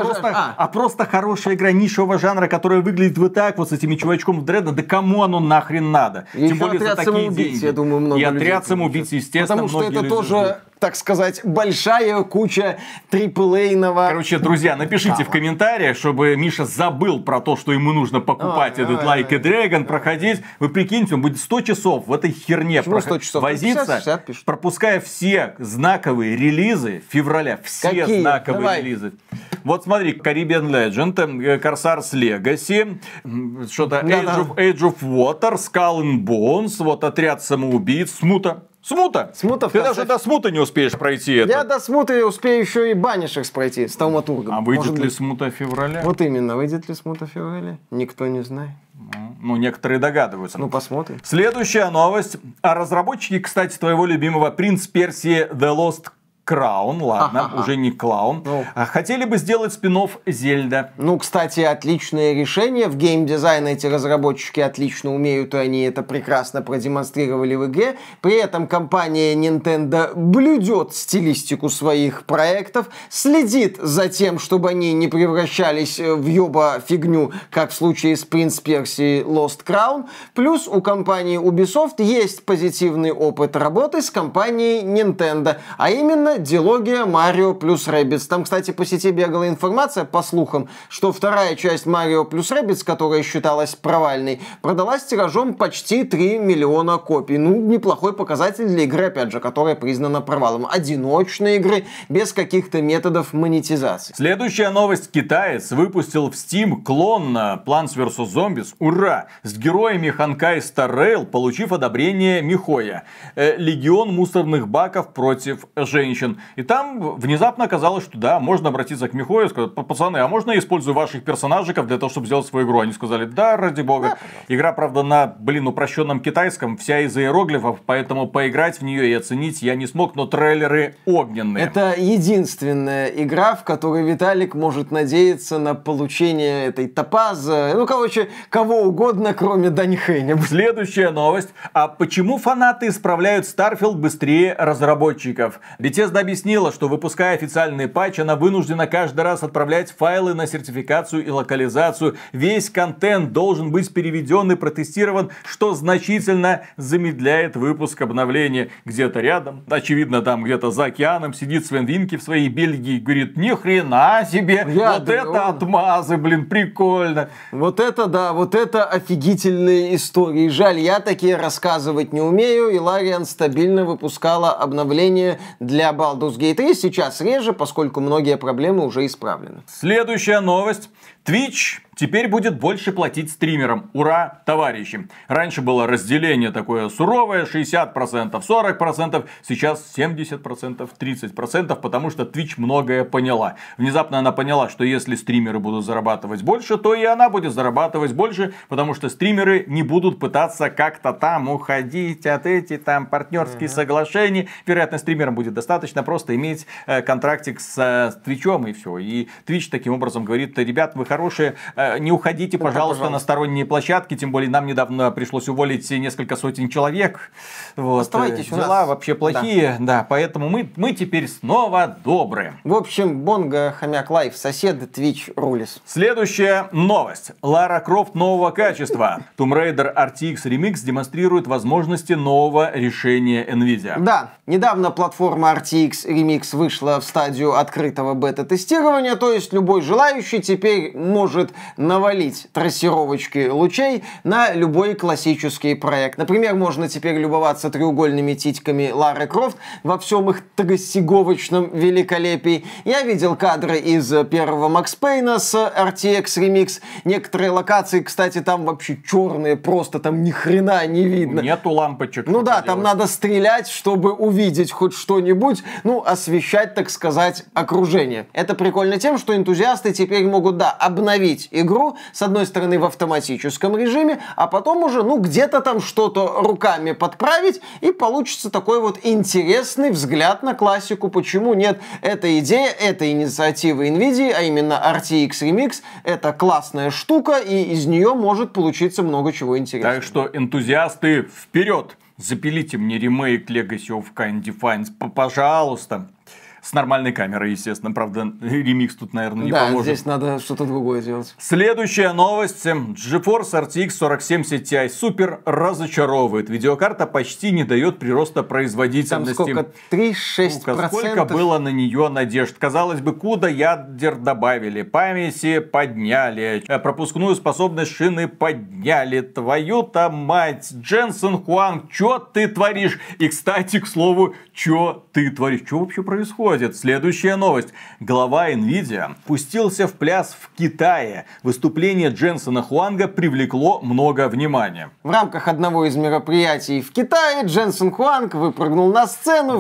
Просто хорошая игра нишевого жанра, которая выглядит вот так, вот с этими чувачком в дредах. Да кому оно нахрен надо? И тем более за такие деньги. Я думаю, много и отряд самоубийц, естественно, потому что это тоже... так сказать, большая куча AAA-ного... Короче, друзья, напишите в комментариях, чтобы Миша забыл про то, что ему нужно покупать этот Like a Dragon, проходить. Вы прикиньте, он будет 100 часов в этой херне возиться, 50 пропуская все знаковые релизы февраля. Все знаковые релизы. Вот смотри, Caribbean Legend, Corsairs Legacy, что-то Age of Water, Skull and Bones, вот отряд самоубийц, Смута. Ты даже до Смута не успеешь пройти это. Я до Смута успею еще и Банишерс пройти с Тауматургом. А выйдет ли Смута в феврале? Вот именно, выйдет ли Смута в феврале? Никто не знает. Ну, некоторые догадываются. Ну, посмотрим. Следующая новость. А разработчики, кстати, твоего любимого «Принц Персии The Lost Краун», ладно, уже не Клаун. Хотели бы сделать спин-офф Зельда. Ну, кстати, отличное решение. В геймдизайне эти разработчики отлично умеют, и они это прекрасно продемонстрировали в игре. При этом компания Nintendo блюдет стилистику своих проектов, следит за тем, чтобы они не превращались в ёба-фигню, как в случае с «Принц Персии Lost Crown». Плюс у компании Ubisoft есть позитивный опыт работы с компанией Nintendo, а именно дилогия Марио плюс Rabbids. Там, кстати, по сети бегала информация, по слухам, что вторая часть Марио плюс Rabbids, которая считалась провальной, продалась тиражом почти 3 миллиона копий. Ну, неплохой показатель для игры, опять же, которая признана провалом. Одиночной игры, без каких-то методов монетизации. Следующая новость. Китаец выпустил в Steam клон Plants vs. Zombies. Ура! С героями Honkai Star Rail, получив одобрение Михоя. Легион мусорных баков против женщин. ограничен. И там внезапно оказалось, что да, можно обратиться к Михою и сказать: пацаны, а можно я использую ваших персонажиков для того, чтобы сделать свою игру? Они сказали: да, ради бога. Да. Игра, правда, на, упрощенном китайском, вся из иероглифов, поэтому поиграть в нее и оценить я не смог, но трейлеры огненные. Это единственная игра, в которой Виталик может надеяться на получение этой топаза, кого угодно, кроме Даньхэня. Следующая новость. А почему фанаты исправляют Starfield быстрее разработчиков? Bethesda объяснила, что, выпуская официальный патч, она вынуждена каждый раз отправлять файлы на сертификацию и локализацию. Весь контент должен быть переведен и протестирован, что значительно замедляет выпуск обновления. Где-то рядом, очевидно, там где-то за океаном сидит Свен Винки в своей Бельгии и говорит: ни хрена себе, это отмазы, прикольно. Вот это да, вот это офигительные истории. Жаль, я такие рассказывать не умею, и Лариан стабильно выпускала обновления для Baldur's Gate 3, сейчас реже, поскольку многие проблемы уже исправлены. Следующая новость. Twitch теперь будет больше платить стримерам. Ура, товарищи! Раньше было разделение такое суровое, 60%, 40%, сейчас 70%, 30%, потому что Twitch многое поняла. Внезапно она поняла, что если стримеры будут зарабатывать больше, то и она будет зарабатывать больше, потому что стримеры не будут пытаться как-то там уходить от этих там партнерских соглашений. Вероятно, стримерам будет достаточно просто иметь контрактик с Твичом и все. И Twitch таким образом говорит: ребят, вы хорошие, не уходите, пожалуйста, на сторонние площадки, тем более нам недавно пришлось уволить несколько сотен человек. Вот. Оставайтесь у нас. Дела вообще плохие, да, поэтому мы теперь снова добрые. В общем, Бонго, Хомяк Лайф, соседы, Twitch, рулис. Следующая новость. Лара Крофт нового качества. Tomb Raider RTX Remix демонстрирует возможности нового решения Nvidia. Да, недавно платформа RTX Remix вышла в стадию открытого бета-тестирования, то есть любой желающий теперь может навалить трассировочки лучей на любой классический проект. Например, можно теперь любоваться треугольными титьками Лары Крофт во всем их тросиговочном великолепии. Я видел кадры из первого Макс Пейна с RTX Remix. Некоторые локации, кстати, там вообще черные, просто там ни хрена не видно. Нету лампочек. Ну да, там надо стрелять, чтобы увидеть хоть что-нибудь, освещать, так сказать, окружение. Это прикольно тем, что энтузиасты теперь могут, обновить игру, с одной стороны, в автоматическом режиме, а потом уже, где-то там что-то руками подправить, и получится такой вот интересный взгляд на классику. Почему нет? Эта идея, эта инициатива NVIDIA, а именно RTX Remix, это классная штука, и из нее может получиться много чего интересного. Так что, энтузиасты, вперед! Запилите мне ремейк Legacy of Kain Defiance, пожалуйста. С нормальной камерой, естественно. Правда, ремикс тут, наверное, не поможет. Да, здесь надо что-то другое делать. Следующая новость. GeForce RTX 4070 Ti Super разочаровывает. Видеокарта почти не дает прироста производительности. Там сколько? 3-6%? Сколько было на нее надежд. Казалось бы, куда ядер добавили. Памяти подняли. Пропускную способность шины подняли. Твою-то мать. Дженсен Хуанг, что ты творишь? И, кстати, к слову, что ты творишь? Что вообще происходит? Следующая новость. Глава Nvidia пустился в пляс в Китае. Выступление Дженсена Хуанга привлекло много внимания. В рамках одного из мероприятий в Китае Дженсен Хуанг выпрыгнул на сцену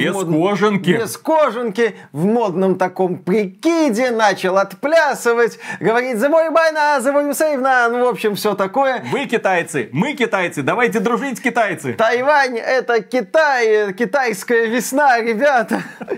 без кожанки, в модном таком прикиде, начал отплясывать, говорит: «Забой байна, забой сейвна», в общем, все такое. Вы китайцы, мы китайцы, давайте дружить, китайцы. Тайвань — это Китай, китайская весна, ребята.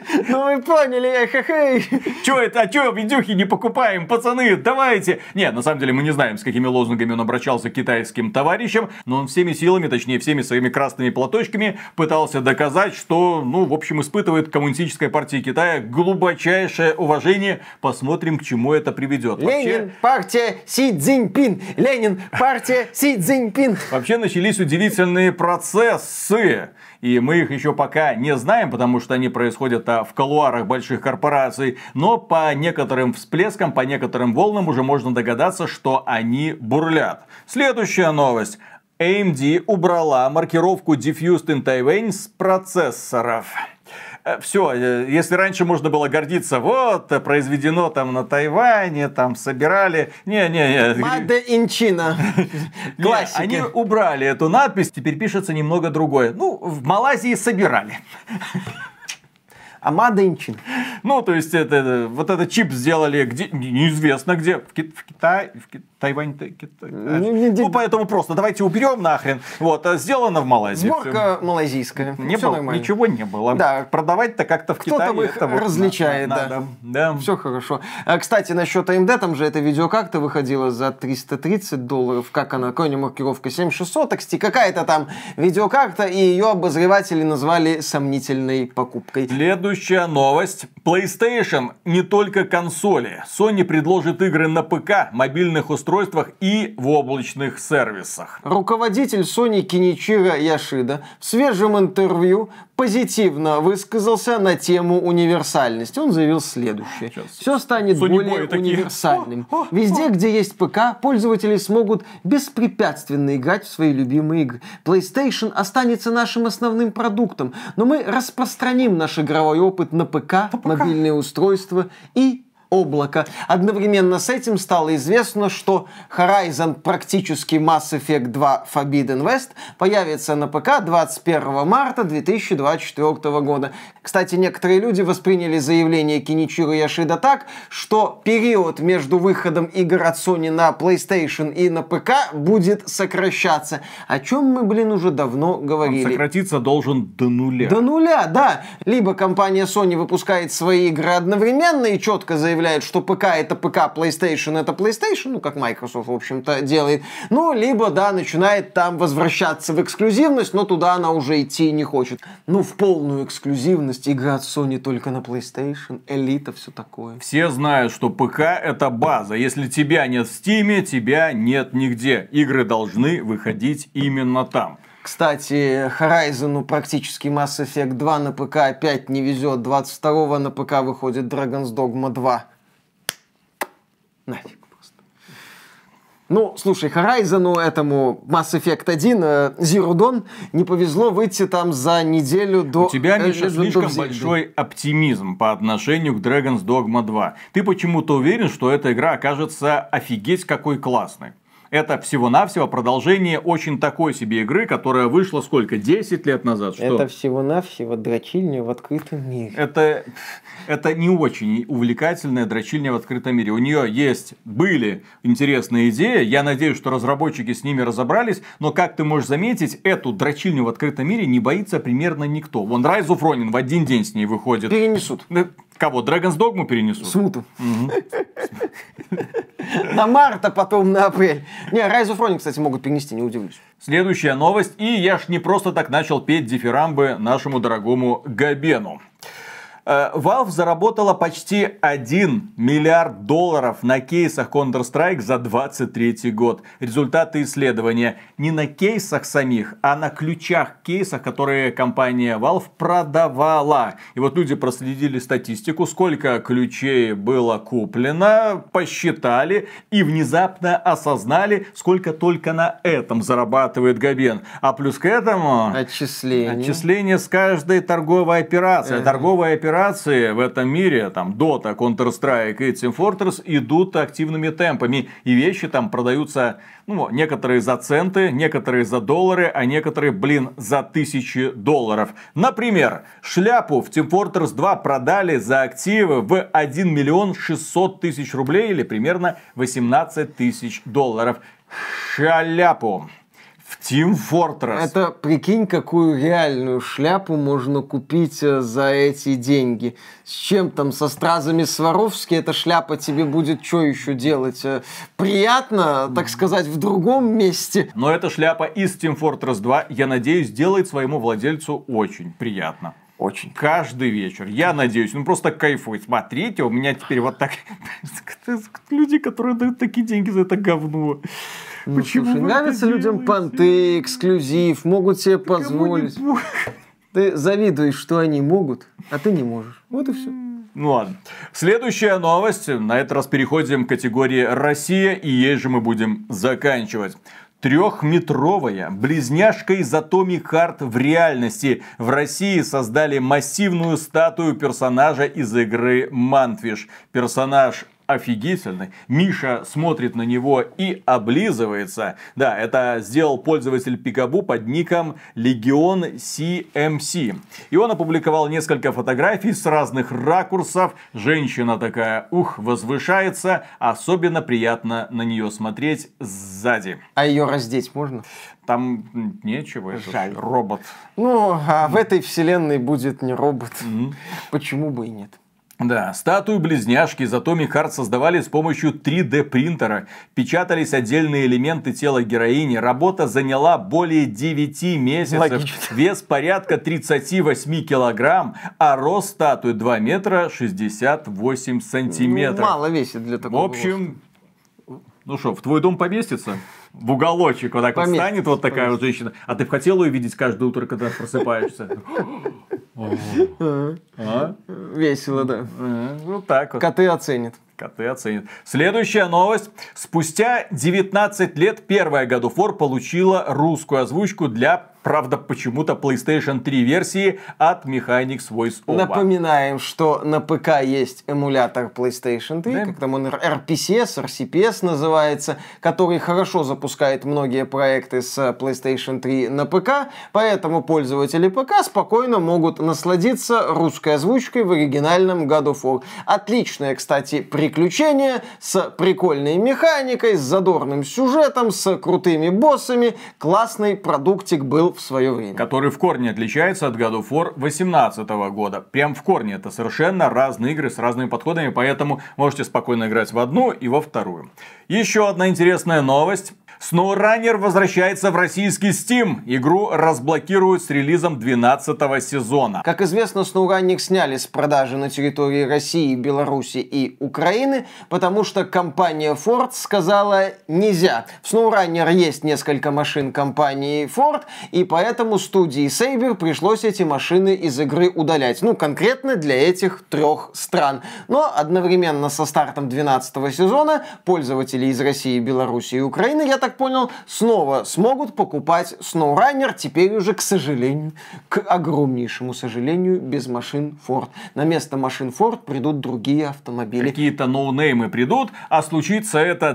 Вы поняли, эхе-хей. Чё это? А чё видюхи не покупаем, пацаны? Давайте. Нет, на самом деле мы не знаем, с какими лозунгами он обращался к китайским товарищам, но он всеми силами, точнее всеми своими красными платочками пытался доказать, что, в общем, испытывает Коммунистическая партия Китая глубочайшее уважение. Посмотрим, к чему это приведет. Ленин, партия Си Цзиньпин. Ленин, партия Си Цзиньпин. Вообще начались удивительные процессы. И мы их еще пока не знаем, потому что они происходят в кулуарах больших корпораций. Но по некоторым всплескам, по некоторым волнам уже можно догадаться, что они бурлят. Следующая новость. AMD убрала маркировку Diffused in Taiwan с процессоров. Все, если раньше можно было гордиться, вот, произведено там на Тайване, там собирали. Made in China. Классика. Они убрали эту надпись, теперь пишется немного другое. В Малайзии собирали. А Маденчин. Ну, то есть, вот этот чип сделали где, неизвестно где, в Китае, Тайвань, Китай. Ну, поэтому просто давайте уберем нахрен. Вот, сделано в Малайзии. Сборка малайзийская. Не было, ничего не было. Да. Продавать-то как-то в Китае. Кто-то их различает, да. Все хорошо. Кстати, насчет AMD, там же эта видеокарта выходила за $330. Как она? Какая маркировка? 7600 XT. Какая-то там видеокарта, и ее обозреватели назвали сомнительной покупкой. Следующая новость. PlayStation не только консоли. Sony предложит игры на ПК, мобильных устройствах и в облачных сервисах. Руководитель Sony Киничиро Яшида в свежем интервью позитивно высказался на тему универсальности. Он заявил следующее. Все станет более универсальным. Везде, где есть ПК, пользователи смогут беспрепятственно играть в свои любимые игры. PlayStation останется нашим основным продуктом, но мы распространим наш игровой опыт на ПК, мобильные устройства и облако. Одновременно с этим стало известно, что Horizon, практически Mass Effect 2 Forbidden West, появится на ПК 21 марта 2024 года. Кстати, некоторые люди восприняли заявление Киничиро Яшида так, что период между выходом игр от Sony на PlayStation и на ПК будет сокращаться. О чем мы, уже давно говорили. Он сократиться должен до нуля. До нуля, да. Либо компания Sony выпускает свои игры одновременно и четко заявляет, что ПК это ПК, PlayStation это PlayStation, ну, как Microsoft, в общем-то, делает. Ну, либо, да, начинает там возвращаться в эксклюзивность, но туда она уже идти не хочет. Ну, в полную эксклюзивность игра от Sony только на PlayStation, элита, все такое. Все знают, что ПК это база. Если тебя нет в Steam, тебя нет нигде. Игры должны выходить именно там. Кстати, Horizon практически Mass Effect 2 на ПК опять не везет. 22-го на ПК выходит Dragon's Dogma 2. Нафиг просто. Ну, слушай, Horizon этому Mass Effect 1 Zero Dawn не повезло выйти там за неделю до... У тебя, Миша, слишком большой оптимизм по отношению к Dragon's Dogma 2. Ты почему-то уверен, что эта игра окажется офигеть какой классной. Это всего-навсего продолжение очень такой себе игры, которая вышла сколько? 10 лет назад? Что? Это всего-навсего дрочильня в открытом мире. Это не очень увлекательная дрочильня в открытом мире. У нее были интересные идеи. Я надеюсь, что разработчики с ними разобрались. Но, как ты можешь заметить, эту дрочильню в открытом мире не боится примерно никто. Вон Rise of Ronin в один день с ней выходит. Перенесут. Кого? Dragon's Dogma перенесут? Смуту. На март, а потом на апрель. Не, Rise of Ronin, кстати, могут перенести, не удивлюсь. Следующая новость. И я ж не просто так начал петь дифирамбы нашему дорогому Габену. Valve заработала почти $1 миллиард на кейсах Counter-Strike за 23 год. Результаты исследования не на кейсах самих, а на ключах кейсах, которые компания Valve продавала. И вот люди проследили статистику, сколько ключей было куплено, посчитали и внезапно осознали, сколько только на этом зарабатывает Габен. А плюс к этому... Отчисление с каждой торговой операции. Торговая операция в этом мире, там, Dota, Counter-Strike и Team Fortress идут активными темпами. И вещи там продаются, некоторые за центы, некоторые за доллары, а некоторые, за $1000. Например, шляпу в Team Fortress 2 продали за активы в 1 600 000 рублей или примерно $18 000. Шляпу. Team Fortress. Это, прикинь, какую реальную шляпу можно купить за эти деньги. С чем там, со стразами Сваровски эта шляпа тебе будет что еще делать? Приятно, так сказать, в другом месте. Но эта шляпа из Team Fortress 2, я надеюсь, делает своему владельцу очень приятно. Очень. Каждый вечер. Я надеюсь, просто кайфует. Смотрите, у меня теперь вот так... Люди, которые дают такие деньги за это говно. Почему? Слушай, нравятся людям понты, эксклюзив, могут себе позволить. Ты завидуешь, что они могут, а ты не можешь. Вот и все. Ну ладно. Следующая новость. На этот раз переходим к категории «Россия», и ей же мы будем заканчивать. 3-метровая близняшка из Atomic Heart в реальности. В России создали массивную статую персонажа из игры Mantfish. Персонаж офигительный. Миша смотрит на него и облизывается. Да, это сделал пользователь Пикабу под ником Legion CMC. И он опубликовал несколько фотографий с разных ракурсов. Женщина такая, возвышается. Особенно приятно на нее смотреть сзади. А ее раздеть можно? Там нечего. Жаль. Робот. Ну, а в этой вселенной будет не робот. Почему бы и нет? Да, статую близняшки из Atomic Heart создавали с помощью 3D принтера. Печатались отдельные элементы тела героини. Работа заняла более 9 месяцев. Логично. Вес порядка 38 килограмм, а рост статуи 2 метра 68 сантиметров. Мало весит для такого. В общем, ну что, в твой дом поместится? В уголочек вот так вот станет вот такая вот женщина. А ты бы хотел ее видеть каждое утро, когда просыпаешься? Весело, да. Вот так вот. Коты оценят. Коты оценят. Следующая новость. Спустя 19 лет первая God of War получила русскую озвучку для, правда, почему-то PlayStation 3 версии от Mechanics Voice-Over. Напоминаем, что на ПК есть эмулятор PlayStation 3, Да. как там он RPCS называется, который хорошо запускает многие проекты с PlayStation 3 на ПК, поэтому пользователи ПК спокойно могут насладиться русской озвучкой в оригинальном God of War. Отличное, кстати, приключение с прикольной механикой, с задорным сюжетом, с крутыми боссами. Классный продуктик был в свое время. Который в корне отличается от God of War 2018 года. Прям в корне. Это совершенно разные игры с разными подходами, поэтому можете спокойно играть в одну и во вторую. Еще одна интересная новость. SnowRunner возвращается в российский Steam. Игру разблокируют с релизом 12-го сезона. Как известно, SnowRunner сняли с продажи на территории России, Беларуси и Украины, потому что компания Ford сказала нельзя. В SnowRunner есть несколько машин компании Ford, и поэтому студии Saber пришлось эти машины из игры удалять. Ну, конкретно для этих 3 стран. Но одновременно со стартом 12-го сезона пользователи из России, Беларуси и Украины, я так понял, снова смогут покупать SnowRunner, теперь уже, к сожалению, к огромнейшему сожалению, без машин Ford. На место машин Ford придут другие автомобили. Какие-то ноунеймы придут, а случится это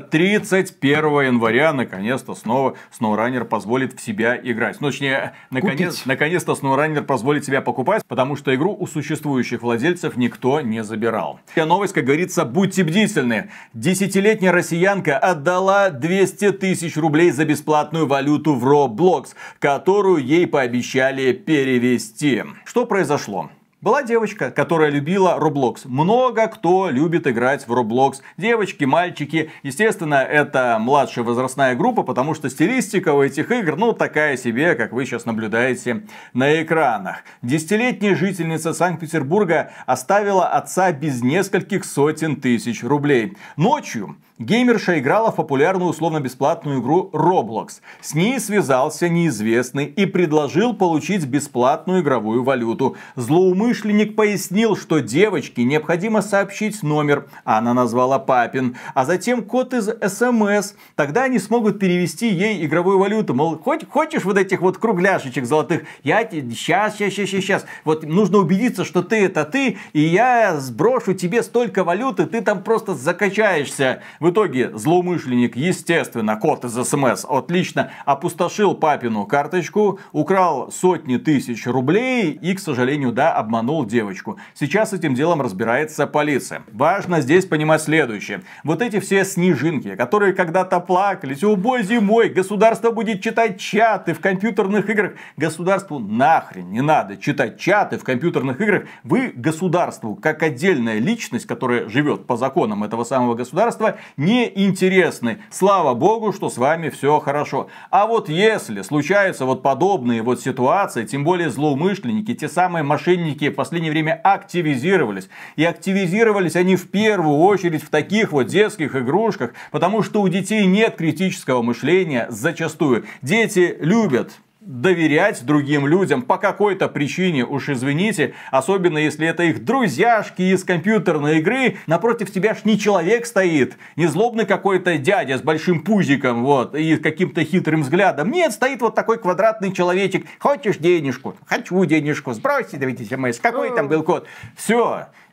31 января. Наконец-то снова SnowRunner позволит в себя играть. Ну, точнее, наконец-то SnowRunner позволит себя покупать, потому что игру у существующих владельцев никто не забирал. Новость, как говорится, будьте бдительны. 10-летняя россиянка отдала 200 тысяч рублей за бесплатную валюту в Roblox, которую ей пообещали перевести. Что произошло? Была девочка, которая любила Roblox. Много кто любит играть в Roblox. Девочки, мальчики. Естественно, это младшая возрастная группа, потому что стилистика у этих игр, ну, такая себе, как вы сейчас наблюдаете на экранах. 10-летняя жительница Санкт-Петербурга оставила отца без нескольких сотен тысяч рублей. Ночью геймерша играла в популярную условно-бесплатную игру Roblox. С ней связался неизвестный и предложил получить бесплатную игровую валюту. Злоумышленник пояснил, что девочке необходимо сообщить номер, она назвала папин, а затем код из СМС. Тогда они смогут перевести ей игровую валюту. Мол, хочешь вот этих вот кругляшечек золотых? Я тебе сейчас. Вот нужно убедиться, что ты это ты, и я сброшу тебе столько валюты, ты там просто закачаешься. В итоге злоумышленник, естественно, код из СМС отлично опустошил папину карточку, украл сотни тысяч рублей и, к сожалению, да, обманул девочку. Сейчас с этим делом разбирается полиция. Важно здесь понимать следующее. Вот эти все снежинки, которые когда-то плакались, о боже мой, государство будет читать чаты в компьютерных играх. Государству нахрен не надо читать чаты в компьютерных играх. Вы государству, как отдельная личность, которая живет по законам этого самого государства, не интересны. Слава богу, что с вами все хорошо. А вот если случаются вот подобные вот ситуации, тем более злоумышленники, те самые мошенники в последнее время активизировались. И активизировались они в первую очередь в таких вот детских игрушках, потому что у детей нет критического мышления зачастую. Дети любят доверять другим людям по какой-то причине, уж извините, особенно если это их друзьяшки из компьютерной игры, напротив тебя ж не человек стоит, не злобный какой-то дядя с большим пузиком, вот, и каким-то хитрым взглядом. Нет, стоит вот такой квадратный человечек. Хочешь денежку? Хочу денежку. Сбросьте, давайте смс. Какой там был код? Все.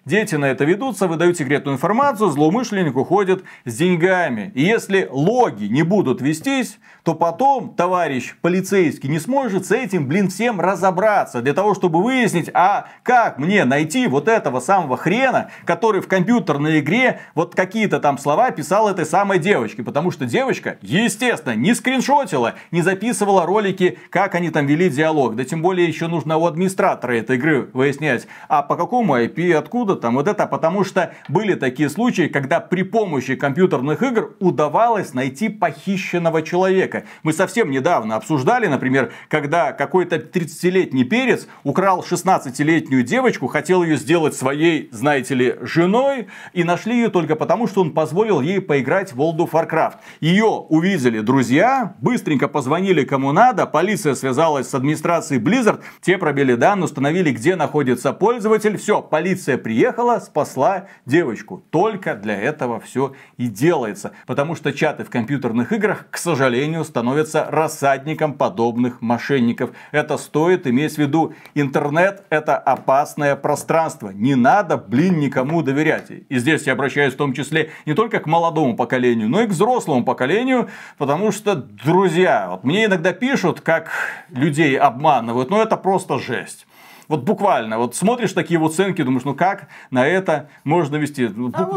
Дети на это ведутся, выдают секретную информацию, злоумышленник уходит с деньгами. И если логи не будут вестись, то потом товарищ полицейский не сможет с этим, всем разобраться. Для того, чтобы выяснить, а как мне найти вот этого самого хрена, который в компьютерной игре вот какие-то там слова писал этой самой девочке. Потому что девочка, естественно, не скриншотила, не записывала ролики, как они там вели диалог. Да тем более еще нужно у администратора этой игры выяснять, а по какому IP, откуда там вот это. Потому что были такие случаи, когда при помощи компьютерных игр удавалось найти похищенного человека. Мы совсем недавно обсуждали, например, когда какой-то 30-летний перец украл 16-летнюю девочку, хотел ее сделать своей, знаете ли, женой, и нашли ее только потому, что он позволил ей поиграть в World of Warcraft. Ее увидели друзья, быстренько позвонили кому надо, полиция связалась с администрацией Blizzard, те пробили данные, установили, где находится пользователь, все, полиция приехала, спасла девочку. Только для этого все и делается, потому что чаты в компьютерных играх, к сожалению, становятся рассадником подобных мошенников. Это стоит иметь в виду. Интернет — это опасное пространство. Не надо, никому доверять. И здесь я обращаюсь в том числе не только к молодому поколению, но и к взрослому поколению, потому что, друзья, вот мне иногда пишут, как людей обманывают, но это просто жесть. Вот буквально, вот смотришь такие вот оценки, думаешь, ну как на это можно вести?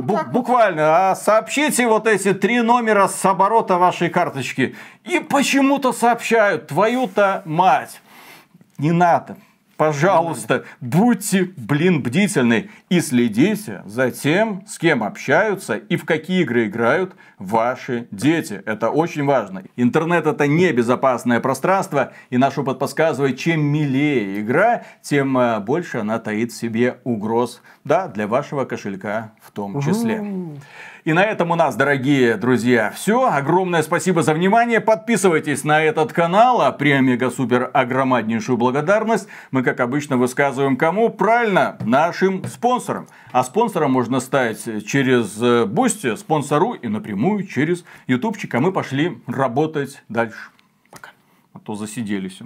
Буквально, сообщите вот эти 3 номера с оборота вашей карточки. И почему-то сообщают, твою-то мать. Не надо. Пожалуйста, будьте, бдительны и следите за тем, с кем общаются и в какие игры играют ваши дети. Это очень важно. Интернет — это не безопасное пространство, и наш опыт подсказывает, чем милее игра, тем больше она таит в себе угроз, да, для вашего кошелька в том числе. И на этом у нас, дорогие друзья, все. Огромное спасибо за внимание. Подписывайтесь на этот канал. А при омега-супер огромнейшую благодарность мы, как обычно, высказываем кому? Правильно, нашим спонсорам. А спонсором можно стать через Boosty, спонсору и напрямую через ютубчик. А мы пошли работать дальше. Пока. А то засиделись.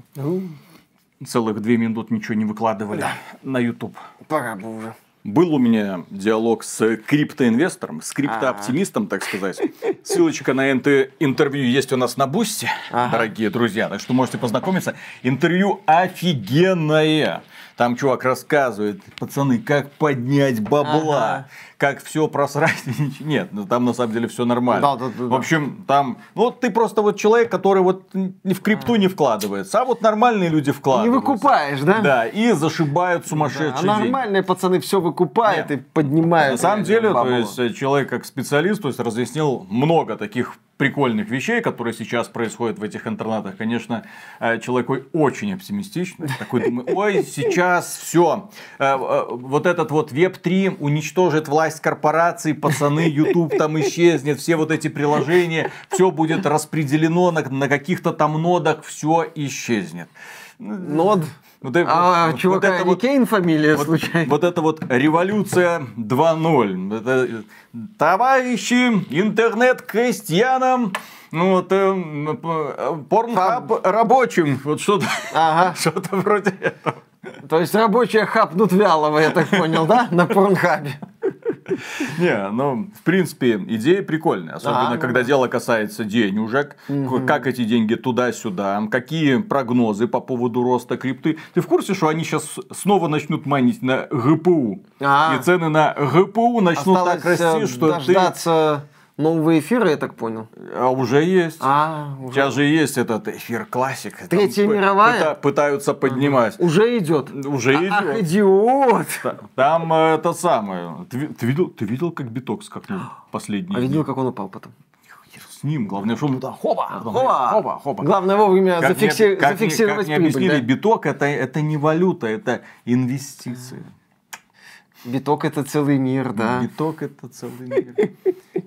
Целых 2 минуты ничего не выкладывали на YouTube. Пора бы уже. Был у меня диалог с криптоинвестором, с криптооптимистом, так сказать. Ссылочка на это интервью есть у нас на Бусти, дорогие друзья. Так что можете познакомиться. Интервью офигенное. Там чувак рассказывает, пацаны, как поднять бабла, как все просрать. Нет, там на самом деле все нормально. Да. В общем, там, вот ты просто вот человек, который вот в крипту не вкладывается, а вот нормальные люди вкладываются. Не выкупаешь, да? Да, и зашибают сумасшедшие деньги. Нормальные пацаны все выкупают и поднимают. На самом деле, то есть, человек как специалист, то есть, разъяснил много таких прикольных вещей, которые сейчас происходят в этих интернетах. Конечно, человек очень оптимистичный. Такой думает, ой, сейчас все. Вот этот вот Web3 уничтожит власть корпораций, пацаны, YouTube там исчезнет, все вот эти приложения, все будет распределено на каких-то там нодах, все исчезнет. Нод? Чувака, не Кейн фамилия случайно? Вот это вот революция 2.0. Это, товарищи, интернет-крестьянам, порнхаб рабочим. Вот что-то вроде этого. То есть рабочие хапнут вялого, я так понял, да? На порнхабе. Не, ну, в принципе, идея прикольная. Особенно, когда дело касается денежек. Как эти деньги туда-сюда. Какие прогнозы по поводу роста крипты. Ты в курсе, что они сейчас снова начнут майнить на ГПУ? И цены на ГПУ начнут так расти, что дождаться нового эфира, я так понял. А уже есть. Сейчас же есть этот эфир классик. Третья мировая? Пытаются поднимать. Уже идет. Уже идет. Ах, идиот! Там это самое. Ты видел, как биток скакнул последний? А видел, как он упал потом? С ним, главное, что он туда хоба. Главное вовремя зафиксировать прибыль. Как мне объяснили, биток это не валюта, это инвестиции. Биток — это целый мир, да. Биток — это целый мир.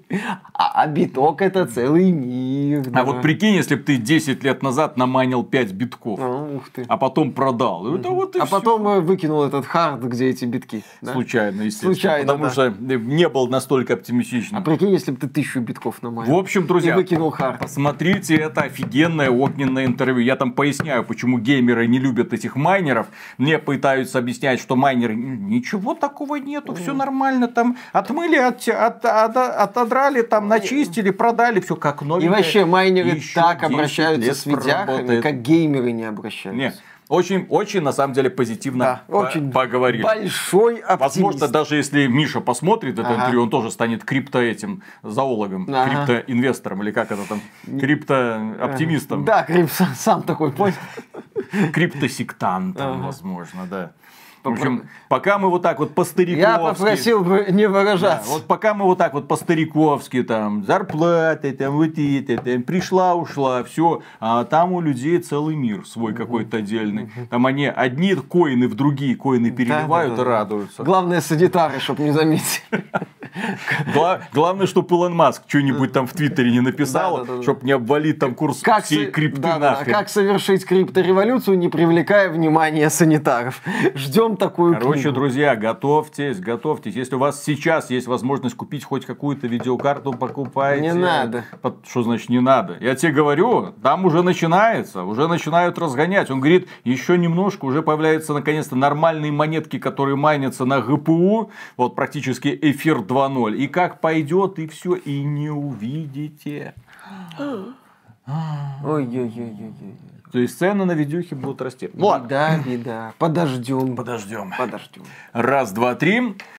А биток это целый мир. А вот прикинь, если бы ты 10 лет назад наманил 5 битков, Ух ты. а потом продал. Это вот и А всё. потом выкинул этот хард, где эти битки. Да? Случайно, естественно. Случайно, потому да. что не был настолько А оптимистичным. прикинь, если бы ты 1000 битков наманил. В общем, друзья, И выкинул хард. посмотрите это офигенное огненное интервью. Я там поясняю, почему геймеры не любят этих майнеров. Мне пытаются объяснять, что майнеры ничего такого нету, все нормально, там отмыли, отодрали, там начистили, продали, все как И новенькое. вообще майнеры Еще так 10 обращаются лет с видяхами, проработает. как геймеры не обращаются. Не, очень, на самом деле, позитивно очень поговорили. большой оптимист. Возможно, даже если Миша посмотрит это Ага. интервью, он тоже станет зоологом, Ага. криптоинвестором, или как это там, криптооптимистом, Да, Крип сам такой понял. криптосектантом, Ага. возможно, да. В общем, пока мы вот так вот по-стариковски... Я попросил бы не Да, выражаться. вот пока мы вот так вот по-стариковски, там, зарплаты, там, вот это, там, пришла-ушла, все, а там у людей целый мир свой какой-то отдельный. Там они одни коины в другие коины переливают Да. и радуются. Главное, санитары, чтобы не заметили. Главное, чтобы Илон Маск что-нибудь там в Твиттере не написал, Да. чтобы не обвалить там курс всей крипты нахрен. Как совершить криптореволюцию, не привлекая внимания санитаров. Ждем такую Короче, книгу. друзья, готовьтесь. Если у вас сейчас есть возможность купить хоть какую-то видеокарту, покупайте. Не надо. Что значит не надо? Я тебе говорю, там уже начинается, уже начинают разгонять. Он говорит, еще немножко, уже появляются наконец-то нормальные монетки, которые майнятся на ГПУ, вот практически эфир 2.0. И как пойдет, и все, и не увидите. Ой-ой-ой-ой-ой. То есть цены на видюхи будут расти. Ладно. Беда. Подождем. Подождем. Подождем. Раз, два, три.